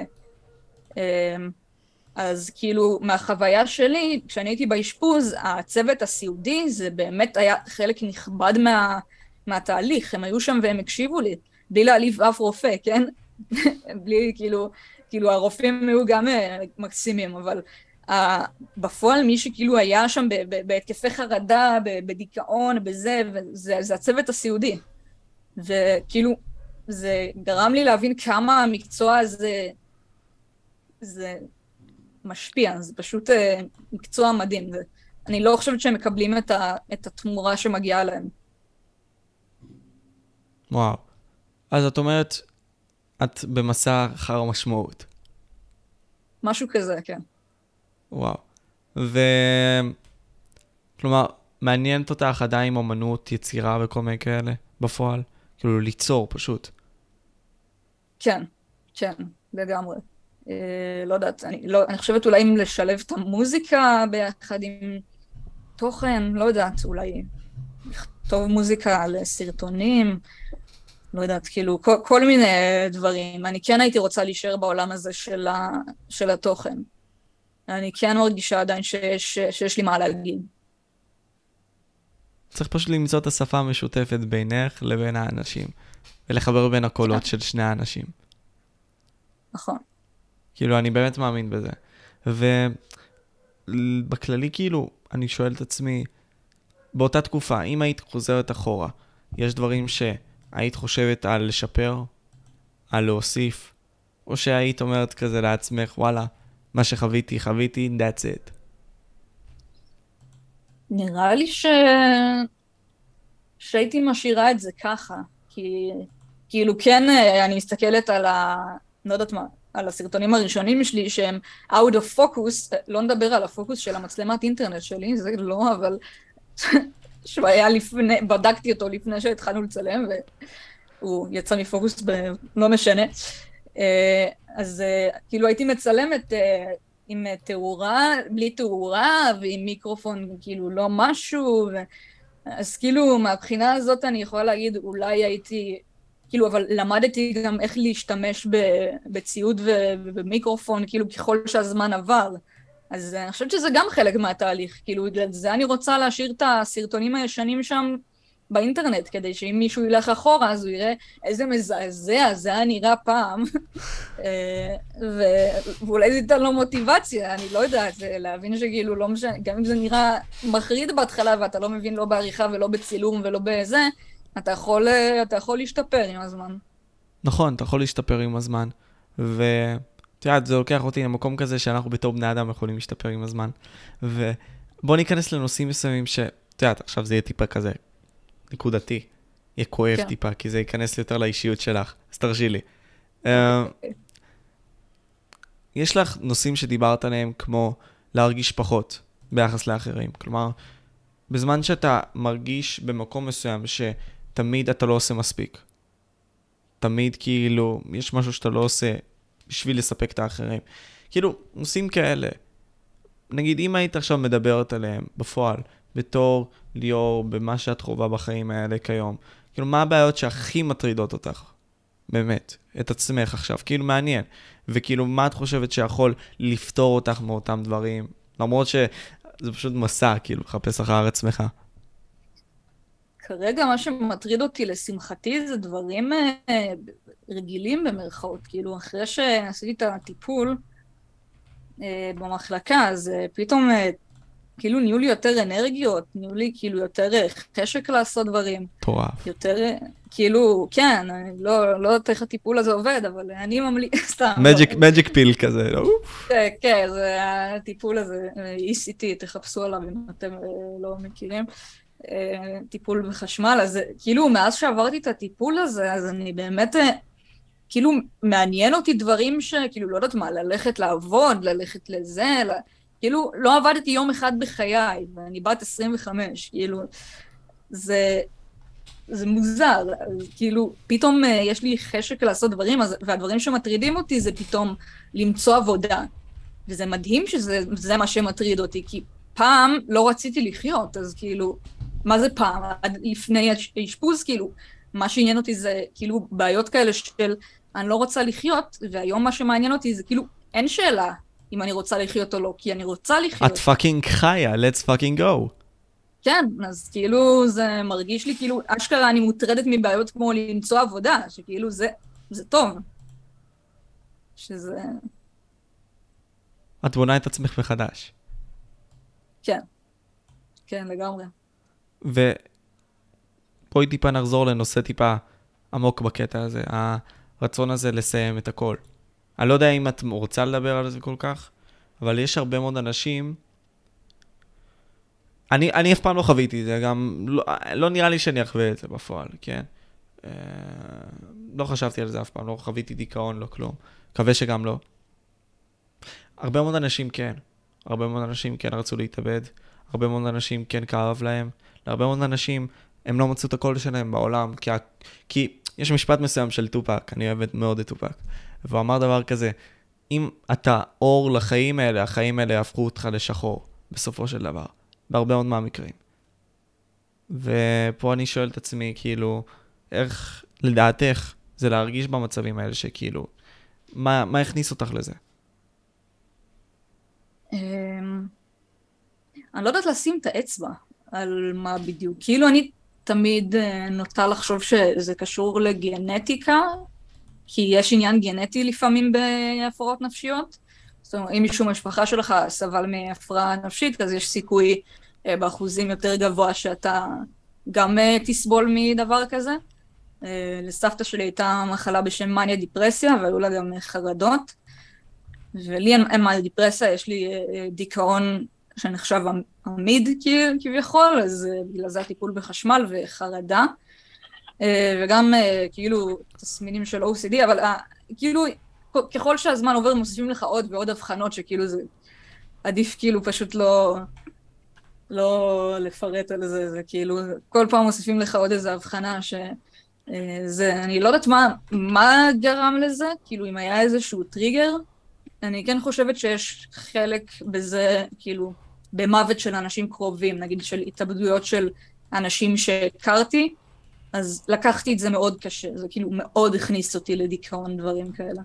אז כאילו מהחוויה שלי, כשאני הייתי באשפוז, הצוות הסיעודי זה באמת היה חלק נכבד מה, מהתהליך, הם היו שם והם הקשיבו לי, בלי להעליב אף רופא, כן? בלי כאילו, כאילו הרופאים היו גם מקסימים, אבל uh, בפועל מי שכאילו היה שם בהתקפי חרדה, בדיכאון, בזה, וזה, זה הצוות הסיעודי. וכאילו, זה גרם לי להבין כמה המקצוע הזה, זה משפיע, זה פשוט uh, מקצוע מדהים, ואני לא חושבת שהם מקבלים את, ה, את התמורה שמגיעה להם. וואו. אז את אומרת, את במסע אחר משמעות. משהו כזה, כן. וואו. ו... כלומר, מעניינת אותך עדיין אומנות, יצירה וכל מיני כאלה בפועל? כאילו ליצור פשוט. כן, כן, לגמרי. אה, לא יודעת, אני, לא, אני חושבת אולי אם לשלב את המוזיקה ביחד עם תוכן, לא יודעת, אולי לכתוב מוזיקה לסרטונים, לא יודעת, כאילו, כל, כל מיני דברים. אני כן הייתי רוצה להישאר בעולם הזה של, ה, של התוכן. אני כן מרגישה עדיין שיש, שיש לי מה להגיד. צריך פשוט למצוא את השפה המשותפת בינך לבין האנשים, ולחבר בין הקולות של שני האנשים. נכון. כאילו, אני באמת מאמין בזה. ובכללי, כאילו, אני שואל את עצמי, באותה תקופה, אם היית חוזרת אחורה, יש דברים שהיית חושבת על לשפר, על להוסיף, או שהיית אומרת כזה לעצמך, וואלה, מה שחוויתי, חוויתי, that's it. נראה לי ש... שהייתי משאירה את זה ככה, כי כאילו כן, אני מסתכלת על ה... לא יודעת מה, על הסרטונים הראשונים שלי שהם out of focus, לא נדבר על הפוקוס של המצלמת אינטרנט שלי, זה לא, אבל שהוא היה לפני, בדקתי אותו לפני שהתחלנו לצלם, והוא יצא מפוקוס ב... לא משנה. אז כאילו הייתי מצלמת עם תאורה, בלי תאורה, ועם מיקרופון כאילו לא משהו, ו... אז כאילו מהבחינה הזאת אני יכולה להגיד אולי הייתי, כאילו אבל למדתי גם איך להשתמש בציוד ובמיקרופון כאילו ככל שהזמן עבר, אז אני חושבת שזה גם חלק מהתהליך, כאילו זה אני רוצה להשאיר את הסרטונים הישנים שם באינטרנט, כדי שאם מישהו ילך אחורה, אז הוא יראה איזה מזעזע, זה היה נראה פעם, ואולי זה ייתן לו מוטיבציה, אני לא יודעת, להבין שכאילו לא משנה, גם אם זה נראה מחריד בהתחלה, ואתה לא מבין לא בעריכה ולא בצילום ולא בזה, אתה יכול, אתה יכול להשתפר עם הזמן. נכון, אתה יכול להשתפר עם הזמן, ואת יודעת, זה לוקח אותי למקום כזה שאנחנו בתור בני אדם יכולים להשתפר עם הזמן, ובוא ניכנס לנושאים מסוימים ש... את יודעת, עכשיו זה יהיה טיפה כזה נקודתי, יהיה כואב כן. טיפה, כי זה ייכנס יותר לאישיות שלך, אז תרשי לי. יש לך נושאים שדיברת עליהם כמו להרגיש פחות ביחס לאחרים, כלומר, בזמן שאתה מרגיש במקום מסוים שתמיד אתה לא עושה מספיק, תמיד כאילו יש משהו שאתה לא עושה בשביל לספק את האחרים. כאילו, נושאים כאלה. נגיד, אם היית עכשיו מדברת עליהם בפועל, בתור ליאור, במה שאת חובה בחיים האלה כיום, כאילו, מה הבעיות שהכי מטרידות אותך? באמת, את עצמך עכשיו, כאילו מעניין. וכאילו, מה את חושבת שיכול לפתור אותך מאותם דברים? למרות שזה פשוט מסע, כאילו, לחפש אחר עצמך. כרגע מה שמטריד אותי לשמחתי זה דברים אה, רגילים במרכאות, כאילו אחרי שעשיתי את הטיפול אה, במחלקה, אז אה, פתאום אה, כאילו נהיו לי יותר אנרגיות, נהיו לי כאילו יותר אה, חשק לעשות דברים. טורף. יותר, אה, כאילו, כן, אני לא, לא יודעת איך הטיפול הזה עובד, אבל אני ממליץ, סתם. מג'יק, מג'יק פיל כזה, לא? כן, כן, זה הטיפול הזה, אי סי טי, תחפשו עליו אם אתם אה, לא מכירים. טיפול בחשמל, אז כאילו מאז שעברתי את הטיפול הזה, אז אני באמת, כאילו מעניין אותי דברים שכאילו לא יודעת מה, ללכת לעבוד, ללכת לזה, ל... כאילו לא עבדתי יום אחד בחיי, ואני בת עשרים וחמש, כאילו זה, זה מוזר, אז כאילו פתאום יש לי חשק לעשות דברים, אז, והדברים שמטרידים אותי זה פתאום למצוא עבודה, וזה מדהים שזה מה שמטריד אותי, כי פעם לא רציתי לחיות, אז כאילו, מה זה פעם? עד לפני האשפוז, כאילו, מה שעניין אותי זה כאילו בעיות כאלה של אני לא רוצה לחיות, והיום מה שמעניין אותי זה כאילו, אין שאלה אם אני רוצה לחיות או לא, כי אני רוצה לחיות. את פאקינג חיה, let's fucking go. כן, אז כאילו זה מרגיש לי כאילו, אשכרה אני מוטרדת מבעיות כמו למצוא עבודה, שכאילו זה, זה טוב. שזה... את בונה את עצמך מחדש. כן, כן, לגמרי. ובואי טיפה נחזור לנושא טיפה עמוק בקטע הזה, הרצון הזה לסיים את הכל. אני לא יודע אם את רוצה לדבר על זה כל כך, אבל יש הרבה מאוד אנשים, אני, אני אף פעם לא חוויתי את זה, גם לא, לא נראה לי שאני אחווה את זה בפועל, כן? אה, לא חשבתי על זה אף פעם, לא חוויתי דיכאון, לא כלום. מקווה שגם לא. הרבה מאוד אנשים כן, הרבה מאוד אנשים כן רצו להתאבד, הרבה מאוד אנשים כן כאב להם, להרבה מאוד אנשים הם לא מצאו את הקול שלהם בעולם, כי, כי יש משפט מסוים של טופק, אני אוהב מאוד את טופק, והוא אמר דבר כזה, אם אתה אור לחיים האלה, החיים האלה יהפכו אותך לשחור, בסופו של דבר, בהרבה מאוד מהמקרים. ופה אני שואל את עצמי, כאילו, איך לדעתך זה להרגיש במצבים האלה שכאילו, מה, מה הכניס אותך לזה? אני לא יודעת לשים את האצבע על מה בדיוק. כאילו אני תמיד נוטה לחשוב שזה קשור לגנטיקה, כי יש עניין גנטי לפעמים בהפרעות נפשיות. זאת אומרת, אם מישהו משפחה שלך סבל מהפרעה נפשית, אז יש סיכוי באחוזים יותר גבוה שאתה גם תסבול מדבר כזה. לסבתא שלי הייתה מחלה בשם מניה דיפרסיה, והיו לה גם חרדות. ולי אין, אין מניה דיפרסיה, יש לי דיכאון שנחשב עמיד כביכול, אז בגלל זה הטיפול בחשמל וחרדה. וגם כאילו תסמינים של או סי די, אבל כאילו ככל שהזמן עובר מוסיפים לך עוד ועוד הבחנות שכאילו זה עדיף כאילו פשוט לא, לא לפרט על זה, זה כאילו כל פעם מוסיפים לך עוד איזו הבחנה שזה, אני לא יודעת מה, מה גרם לזה, כאילו אם היה איזשהו טריגר, אני כן חושבת שיש חלק בזה כאילו במוות של אנשים קרובים, נגיד של התאבדויות של אנשים שהכרתי, אז לקחתי את זה מאוד קשה, זה כאילו מאוד הכניס אותי לדיכאון, דברים כאלה.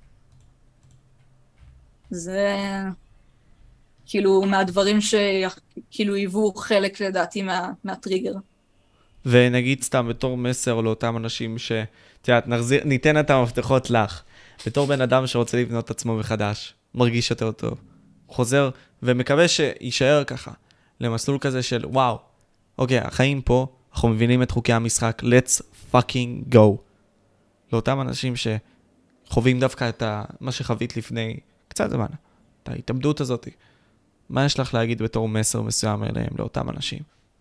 זה כאילו מהדברים שכאילו היוו חלק לדעתי מה, מהטריגר. ונגיד סתם בתור מסר לאותם אנשים ש... תראה, נחזיר, ניתן את המפתחות לך. בתור בן אדם שרוצה לבנות את עצמו מחדש, מרגיש יותר טוב. חוזר ומקווה שישאר ככה, למסלול כזה של וואו, אוקיי, החיים פה, אנחנו מבינים את חוקי המשחק, let's fucking go. לאותם אנשים שחווים דווקא את ה... מה שחווית לפני קצת זמן, את ההתאבדות הזאת. מה יש לך להגיד בתור מסר מסוים אליהם, לאותם אנשים?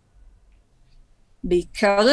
בעיקר,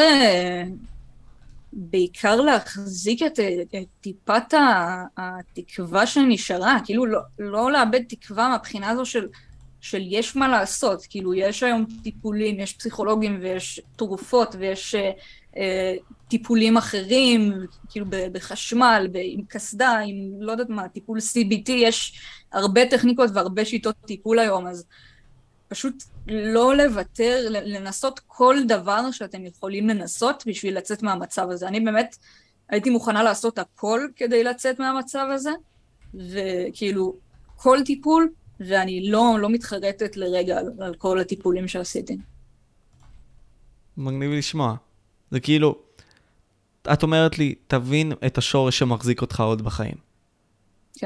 בעיקר להחזיק את, את טיפת התקווה שנשארה, כאילו לא, לא לאבד תקווה מהבחינה הזו של, של יש מה לעשות, כאילו יש היום טיפולים, יש פסיכולוגים ויש תרופות ויש אה, טיפולים אחרים, כאילו בחשמל, עם קסדה, עם לא יודעת מה, טיפול סי בי טי, יש הרבה טכניקות והרבה שיטות טיפול היום, אז פשוט לא לוותר, לנסות כל דבר שאתם יכולים לנסות בשביל לצאת מהמצב הזה. אני באמת הייתי מוכנה לעשות הכל כדי לצאת מהמצב הזה, וכאילו כל טיפול, ואני לא, לא מתחרטת לרגע על, על כל הטיפולים שעשיתי. מגניב לשמוע. זה כאילו, את אומרת לי, תבין את השורש שמחזיק אותך עוד בחיים. כן.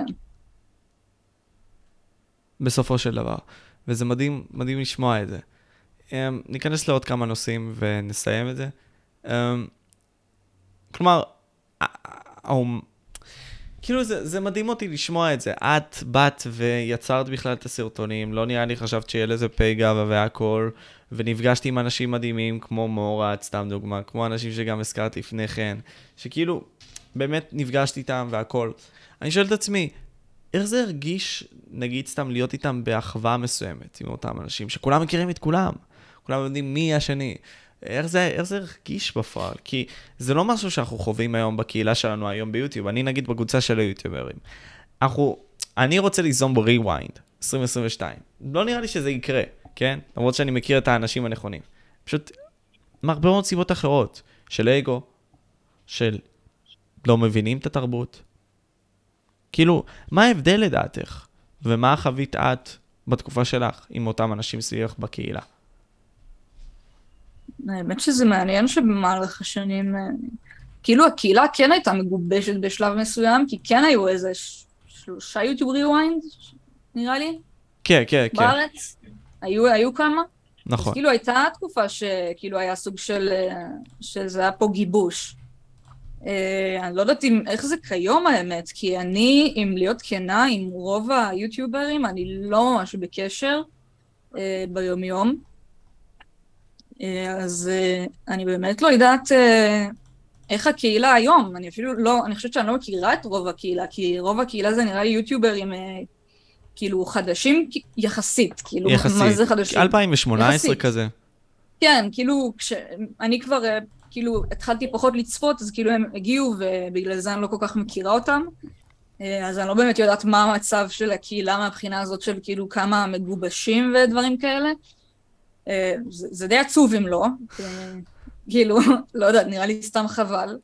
בסופו של דבר. וזה מדהים, מדהים לשמוע את זה. Um, ניכנס לעוד כמה נושאים ונסיים את זה. Um, כלומר, um, כאילו זה, זה מדהים אותי לשמוע את זה. את באת ויצרת בכלל את הסרטונים, לא נראה לי חשבת שיהיה לזה פי גבה והכל, ונפגשתי עם אנשים מדהימים כמו מורת, סתם דוגמה, כמו אנשים שגם הזכרת לפני כן, שכאילו באמת נפגשתי איתם והכל. אני שואל את עצמי, איך זה הרגיש, נגיד סתם, להיות איתם באחווה מסוימת עם אותם אנשים, שכולם מכירים את כולם, כולם יודעים מי השני, איך זה, איך זה הרגיש בפועל? כי זה לא משהו שאנחנו חווים היום בקהילה שלנו היום ביוטיוב, אני נגיד בקבוצה של היוטיוברים. אנחנו, אני רוצה ליזום ב-Rewind, עשרים עשרים ושתיים. לא נראה לי שזה יקרה, כן? למרות שאני מכיר את האנשים הנכונים. פשוט, מהרבה מאוד סיבות אחרות, של אגו, של לא מבינים את התרבות. כאילו, מה ההבדל לדעתך? ומה חווית את בתקופה שלך עם אותם אנשים סביבך בקהילה? האמת שזה מעניין שבמהלך השנים, כאילו הקהילה כן הייתה מגובשת בשלב מסוים, כי כן היו איזה שלושה יוטיוב ריוויינד, נראה לי. כן, כן, כן. בארץ. היו, היו כמה. נכון. אז כאילו הייתה תקופה שכאילו היה סוג של, שזה היה פה גיבוש. אני לא יודעת אם, איך זה כיום האמת, כי אני, אם להיות כנה עם רוב היוטיוברים, אני לא ממש בקשר ביום יום. אז אני באמת לא יודעת איך הקהילה היום, אני אפילו לא, אני חושבת שאני לא מכירה את רוב הקהילה, כי רוב הקהילה זה נראה לי יוטיוברים כאילו חדשים יחסית, כאילו יחסית. מה זה חדשים? אלפיים שמונה עשרה יחסית. כזה. כן, כאילו כשאני כבר כאילו התחלתי פחות לצפות, אז כאילו הם הגיעו ובגלל זה אני לא כל כך מכירה אותם, אז אני לא באמת יודעת מה המצב של הקהילה מהבחינה הזאת של כאילו כמה מגובשים ודברים כאלה. זה, זה די עצוב אם לא, כאילו, לא יודעת, נראה לי סתם חבל.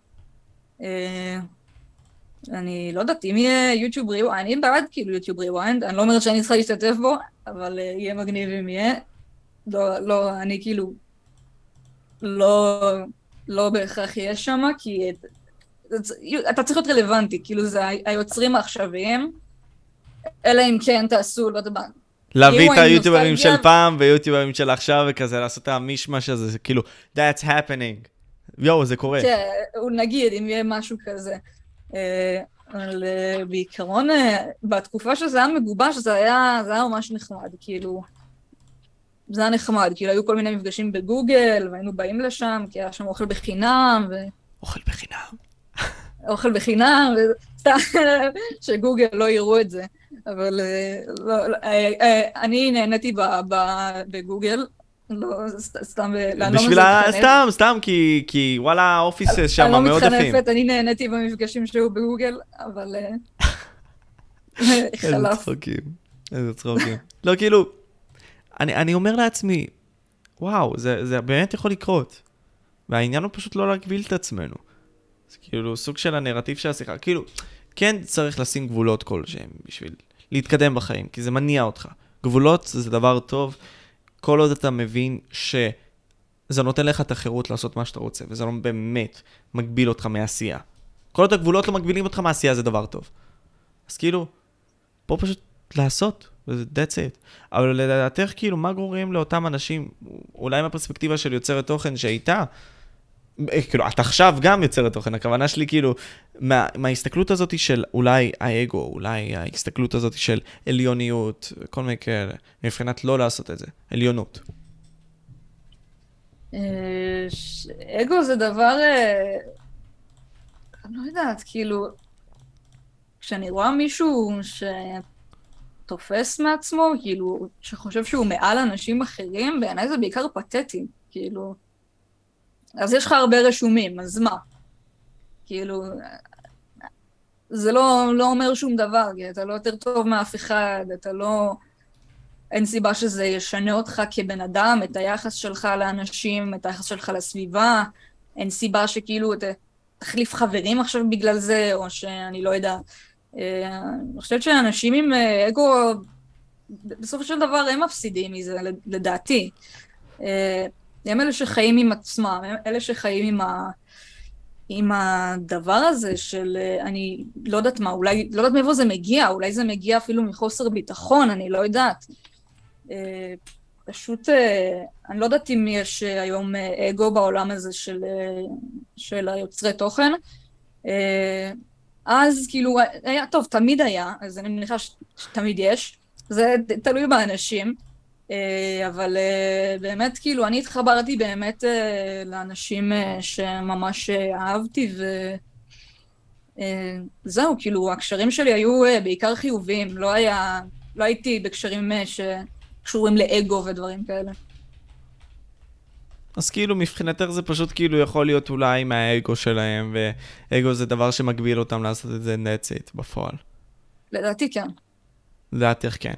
אני לא יודעת, אם יהיה יוטיוב ריוויינד, אני בעד כאילו יוטיוב ריוויינד, אני לא אומרת שאני צריכה להשתתף בו, אבל יהיה מגניב אם יהיה. לא, לא, אני כאילו, לא, לא בהכרח יהיה שם, כי אתה צריך להיות רלוונטי, כאילו זה היוצרים העכשוויים, אלא אם כן תעשו, לא יודעת, להביא את היוטיוברים של פעם ויוטיוברים של עכשיו וכזה, לעשות את המשמש הזה, זה כאילו, that's happening. יואו, זה קורה. כן, נגיד, אם יהיה משהו כזה. אבל בעיקרון, בתקופה שזה היה מגובש, זה היה, זה היה ממש נחמד, כאילו, זה היה נחמד, כאילו, היו כל מיני מפגשים בגוגל, והיינו באים לשם, כי היה שם אוכל בחינם, ו... אוכל בחינם. אוכל בחינם, וסתם, שגוגל לא יראו את זה. אבל לא, לא, אני נהניתי בגוגל, לא, סתם, בשביל סתם, סתם, כי, כי וואלה, האופיס שם מאוד יפים. אני לא מתחנפת, אני נהניתי במפגשים שהיו בגוגל, אבל חלף. איזה צחוקים, איזה צחוקים. לא, כאילו, אני, אני אומר לעצמי, וואו, זה, זה באמת יכול לקרות. והעניין הוא פשוט לא להגביל את עצמנו. זה כאילו סוג של הנרטיב של השיחה, כאילו, כן צריך לשים גבולות כלשהם בשביל להתקדם בחיים, כי זה מניע אותך. גבולות זה דבר טוב, כל עוד אתה מבין שזה נותן לך את החירות לעשות מה שאתה רוצה, וזה לא באמת מגביל אותך מעשייה. כל עוד הגבולות לא מגבילים אותך מעשייה, זה דבר טוב. אז כאילו, פה פשוט לעשות, that's it. אבל לדעתך, כאילו, מה גורם לאותם אנשים, אולי מהפרספקטיבה של יוצרת תוכן שהייתה, כאילו, את עכשיו גם יוצרת תוכן, הכוונה שלי, כאילו, מה, מההסתכלות הזאת של אולי האגו, אולי ההסתכלות הזאת של עליוניות, כל מיני כאלה, מבחינת לא לעשות את זה, עליונות. אגו זה דבר, אני לא יודעת, כאילו, כשאני רואה מישהו שתופס מעצמו, כאילו, שחושב שהוא מעל אנשים אחרים, בעיניי זה בעיקר פתטי, כאילו, אז יש לך הרבה רשומים, אז מה? כאילו, זה לא, לא אומר שום דבר, כי אתה לא יותר טוב מאף אחד, אתה לא... אין סיבה שזה ישנה אותך כבן אדם, את היחס שלך לאנשים, את היחס שלך לסביבה, אין סיבה שכאילו אתה תחליף חברים עכשיו בגלל זה, או שאני לא יודע. אני חושבת שאנשים עם אגו, בסופו של דבר הם מפסידים מזה, לדעתי. הם אלה שחיים עם עצמם, הם אלה שחיים עם, ה... עם הדבר הזה של, אני לא יודעת מה, אולי, לא יודעת מאיפה זה מגיע, אולי זה מגיע אפילו מחוסר ביטחון, אני לא יודעת. פשוט, אני לא יודעת אם יש היום אגו בעולם הזה של, של היוצרי תוכן. אז כאילו, היה, טוב, תמיד היה, אז אני מניחה שתמיד יש, זה תלוי באנשים. אבל באמת, כאילו, אני התחברתי באמת לאנשים שממש אהבתי, וזהו, כאילו, הקשרים שלי היו בעיקר חיוביים, לא היה, לא הייתי בקשרים שקשורים לאגו ודברים כאלה. אז כאילו, מבחינתך זה פשוט כאילו יכול להיות אולי מהאגו שלהם, ואגו זה דבר שמגביל אותם לעשות את זה נצית בפועל. לדעתי כן. לדעתך כן.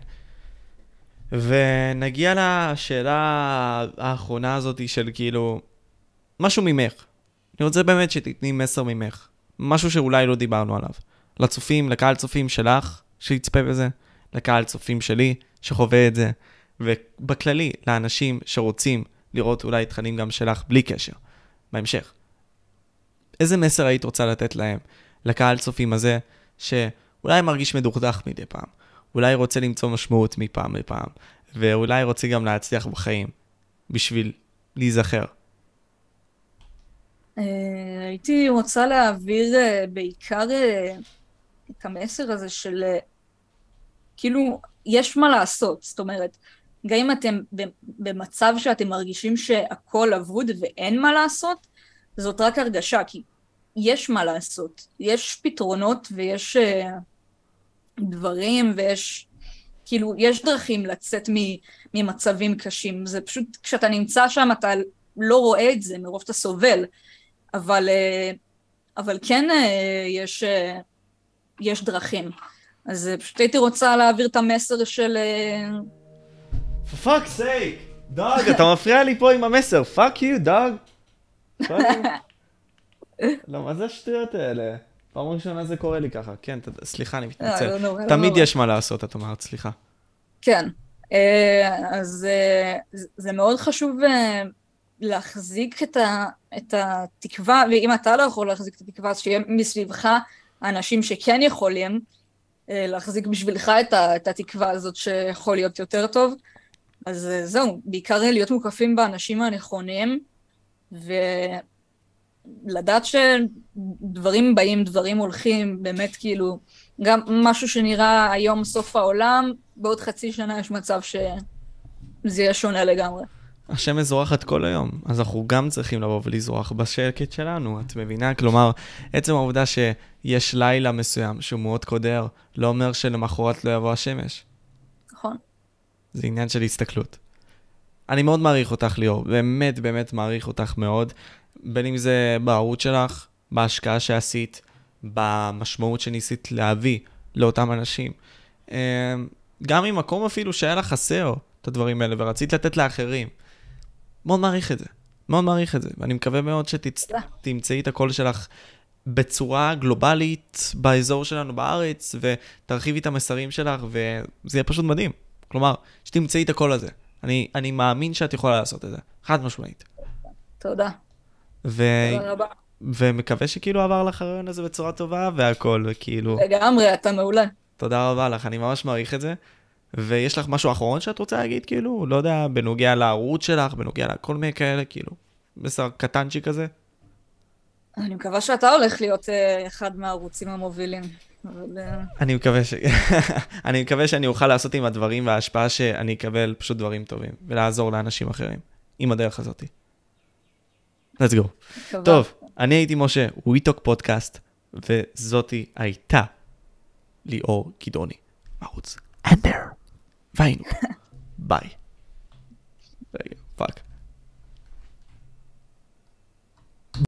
ונגיע לשאלה האחרונה הזאת של כאילו, משהו ממך. אני רוצה באמת שתתני מסר ממך. משהו שאולי לא דיברנו עליו. לצופים, לקהל צופים שלך, שיצפה בזה. לקהל צופים שלי, שחווה את זה. ובכללי, לאנשים שרוצים לראות אולי תכנים גם שלך, בלי קשר. בהמשך. איזה מסר היית רוצה לתת להם? לקהל צופים הזה, שאולי מרגיש מדוכדך מדי פעם. אולי רוצה למצוא משמעות מפעם לפעם, ואולי רוצה גם להצליח בחיים, בשביל להיזכר. הייתי רוצה להעביר בעיקר את המסר הזה של, כאילו, יש מה לעשות, זאת אומרת, גם אם אתם במצב שאתם מרגישים שהכל אבוד ואין מה לעשות, זאת רק הרגשה, כי יש מה לעשות, יש פתרונות ויש... דברים, ויש, כאילו, יש דרכים לצאת ממצבים קשים. זה פשוט, כשאתה נמצא שם, אתה לא רואה את זה, מרוב אתה סובל. אבל, אבל כן, יש, יש דרכים. אז פשוט הייתי רוצה להעביר את המסר של... For fuck's sake! דאג, אתה מפריע לי פה עם המסר. Fuck you, דאג. לא, מה זה השטויות האלה? פעם ראשונה זה קורה לי ככה, כן, סליחה, אני מתנצל. תמיד יש מה לעשות, את אומרת, סליחה. כן, אז זה מאוד חשוב להחזיק את התקווה, ואם אתה לא יכול להחזיק את התקווה, אז שיהיה מסביבך האנשים שכן יכולים להחזיק בשבילך את התקווה הזאת שיכול להיות יותר טוב. אז זהו, בעיקר להיות מוקפים באנשים הנכונים, ו... לדעת שדברים באים, דברים הולכים, באמת כאילו, גם משהו שנראה היום סוף העולם, בעוד חצי שנה יש מצב שזה יהיה שונה לגמרי. השמש זורחת כל היום, אז אנחנו גם צריכים לבוא ולזרוח בשקט שלנו, את מבינה? כלומר, עצם העובדה שיש לילה מסוים שהוא מאוד קודר, לא אומר שלמחרת לא יבוא השמש. נכון. זה עניין של הסתכלות. אני מאוד מעריך אותך, ליאור, באמת באמת מעריך אותך מאוד, בין אם זה בערוץ שלך, בהשקעה שעשית, במשמעות שניסית להביא לאותם אנשים. גם ממקום אפילו שהיה לך חסר את הדברים האלה, ורצית לתת לאחרים. מאוד מעריך את זה. מאוד מעריך את זה. ואני מקווה מאוד שתמצאי את הקול שלך בצורה גלובלית באזור שלנו בארץ, ותרחיבי את המסרים שלך, וזה יהיה פשוט מדהים. כלומר, שתמצאי את הקול הזה. אני, אני מאמין שאת יכולה לעשות את זה. חד משמעית. תודה. ו... ומקווה שכאילו עבר לך הרעיון הזה בצורה טובה והכל, וכאילו... לגמרי, אתה מעולה. תודה רבה לך, אני ממש מעריך את זה. ויש לך משהו אחרון שאת רוצה להגיד, כאילו, לא יודע, בנוגע לערוץ שלך, בנוגע לכל מיני כאלה, כאילו, מסר קטנצ'י כזה? אני מקווה שאתה הולך להיות uh, אחד מהערוצים המובילים. אבל... Uh... אני מקווה ש... אני מקווה שאני אוכל לעשות עם הדברים וההשפעה שאני אקבל פשוט דברים טובים, ולעזור לאנשים אחרים, עם הדרך הזאת. Let's go. מקווה. טוב, אני הייתי משה, וויטוק פודקאסט, וזאתי הייתה ליאור גדעוני, ערוץ אנדר. והיינו. ביי. רגע, פאק.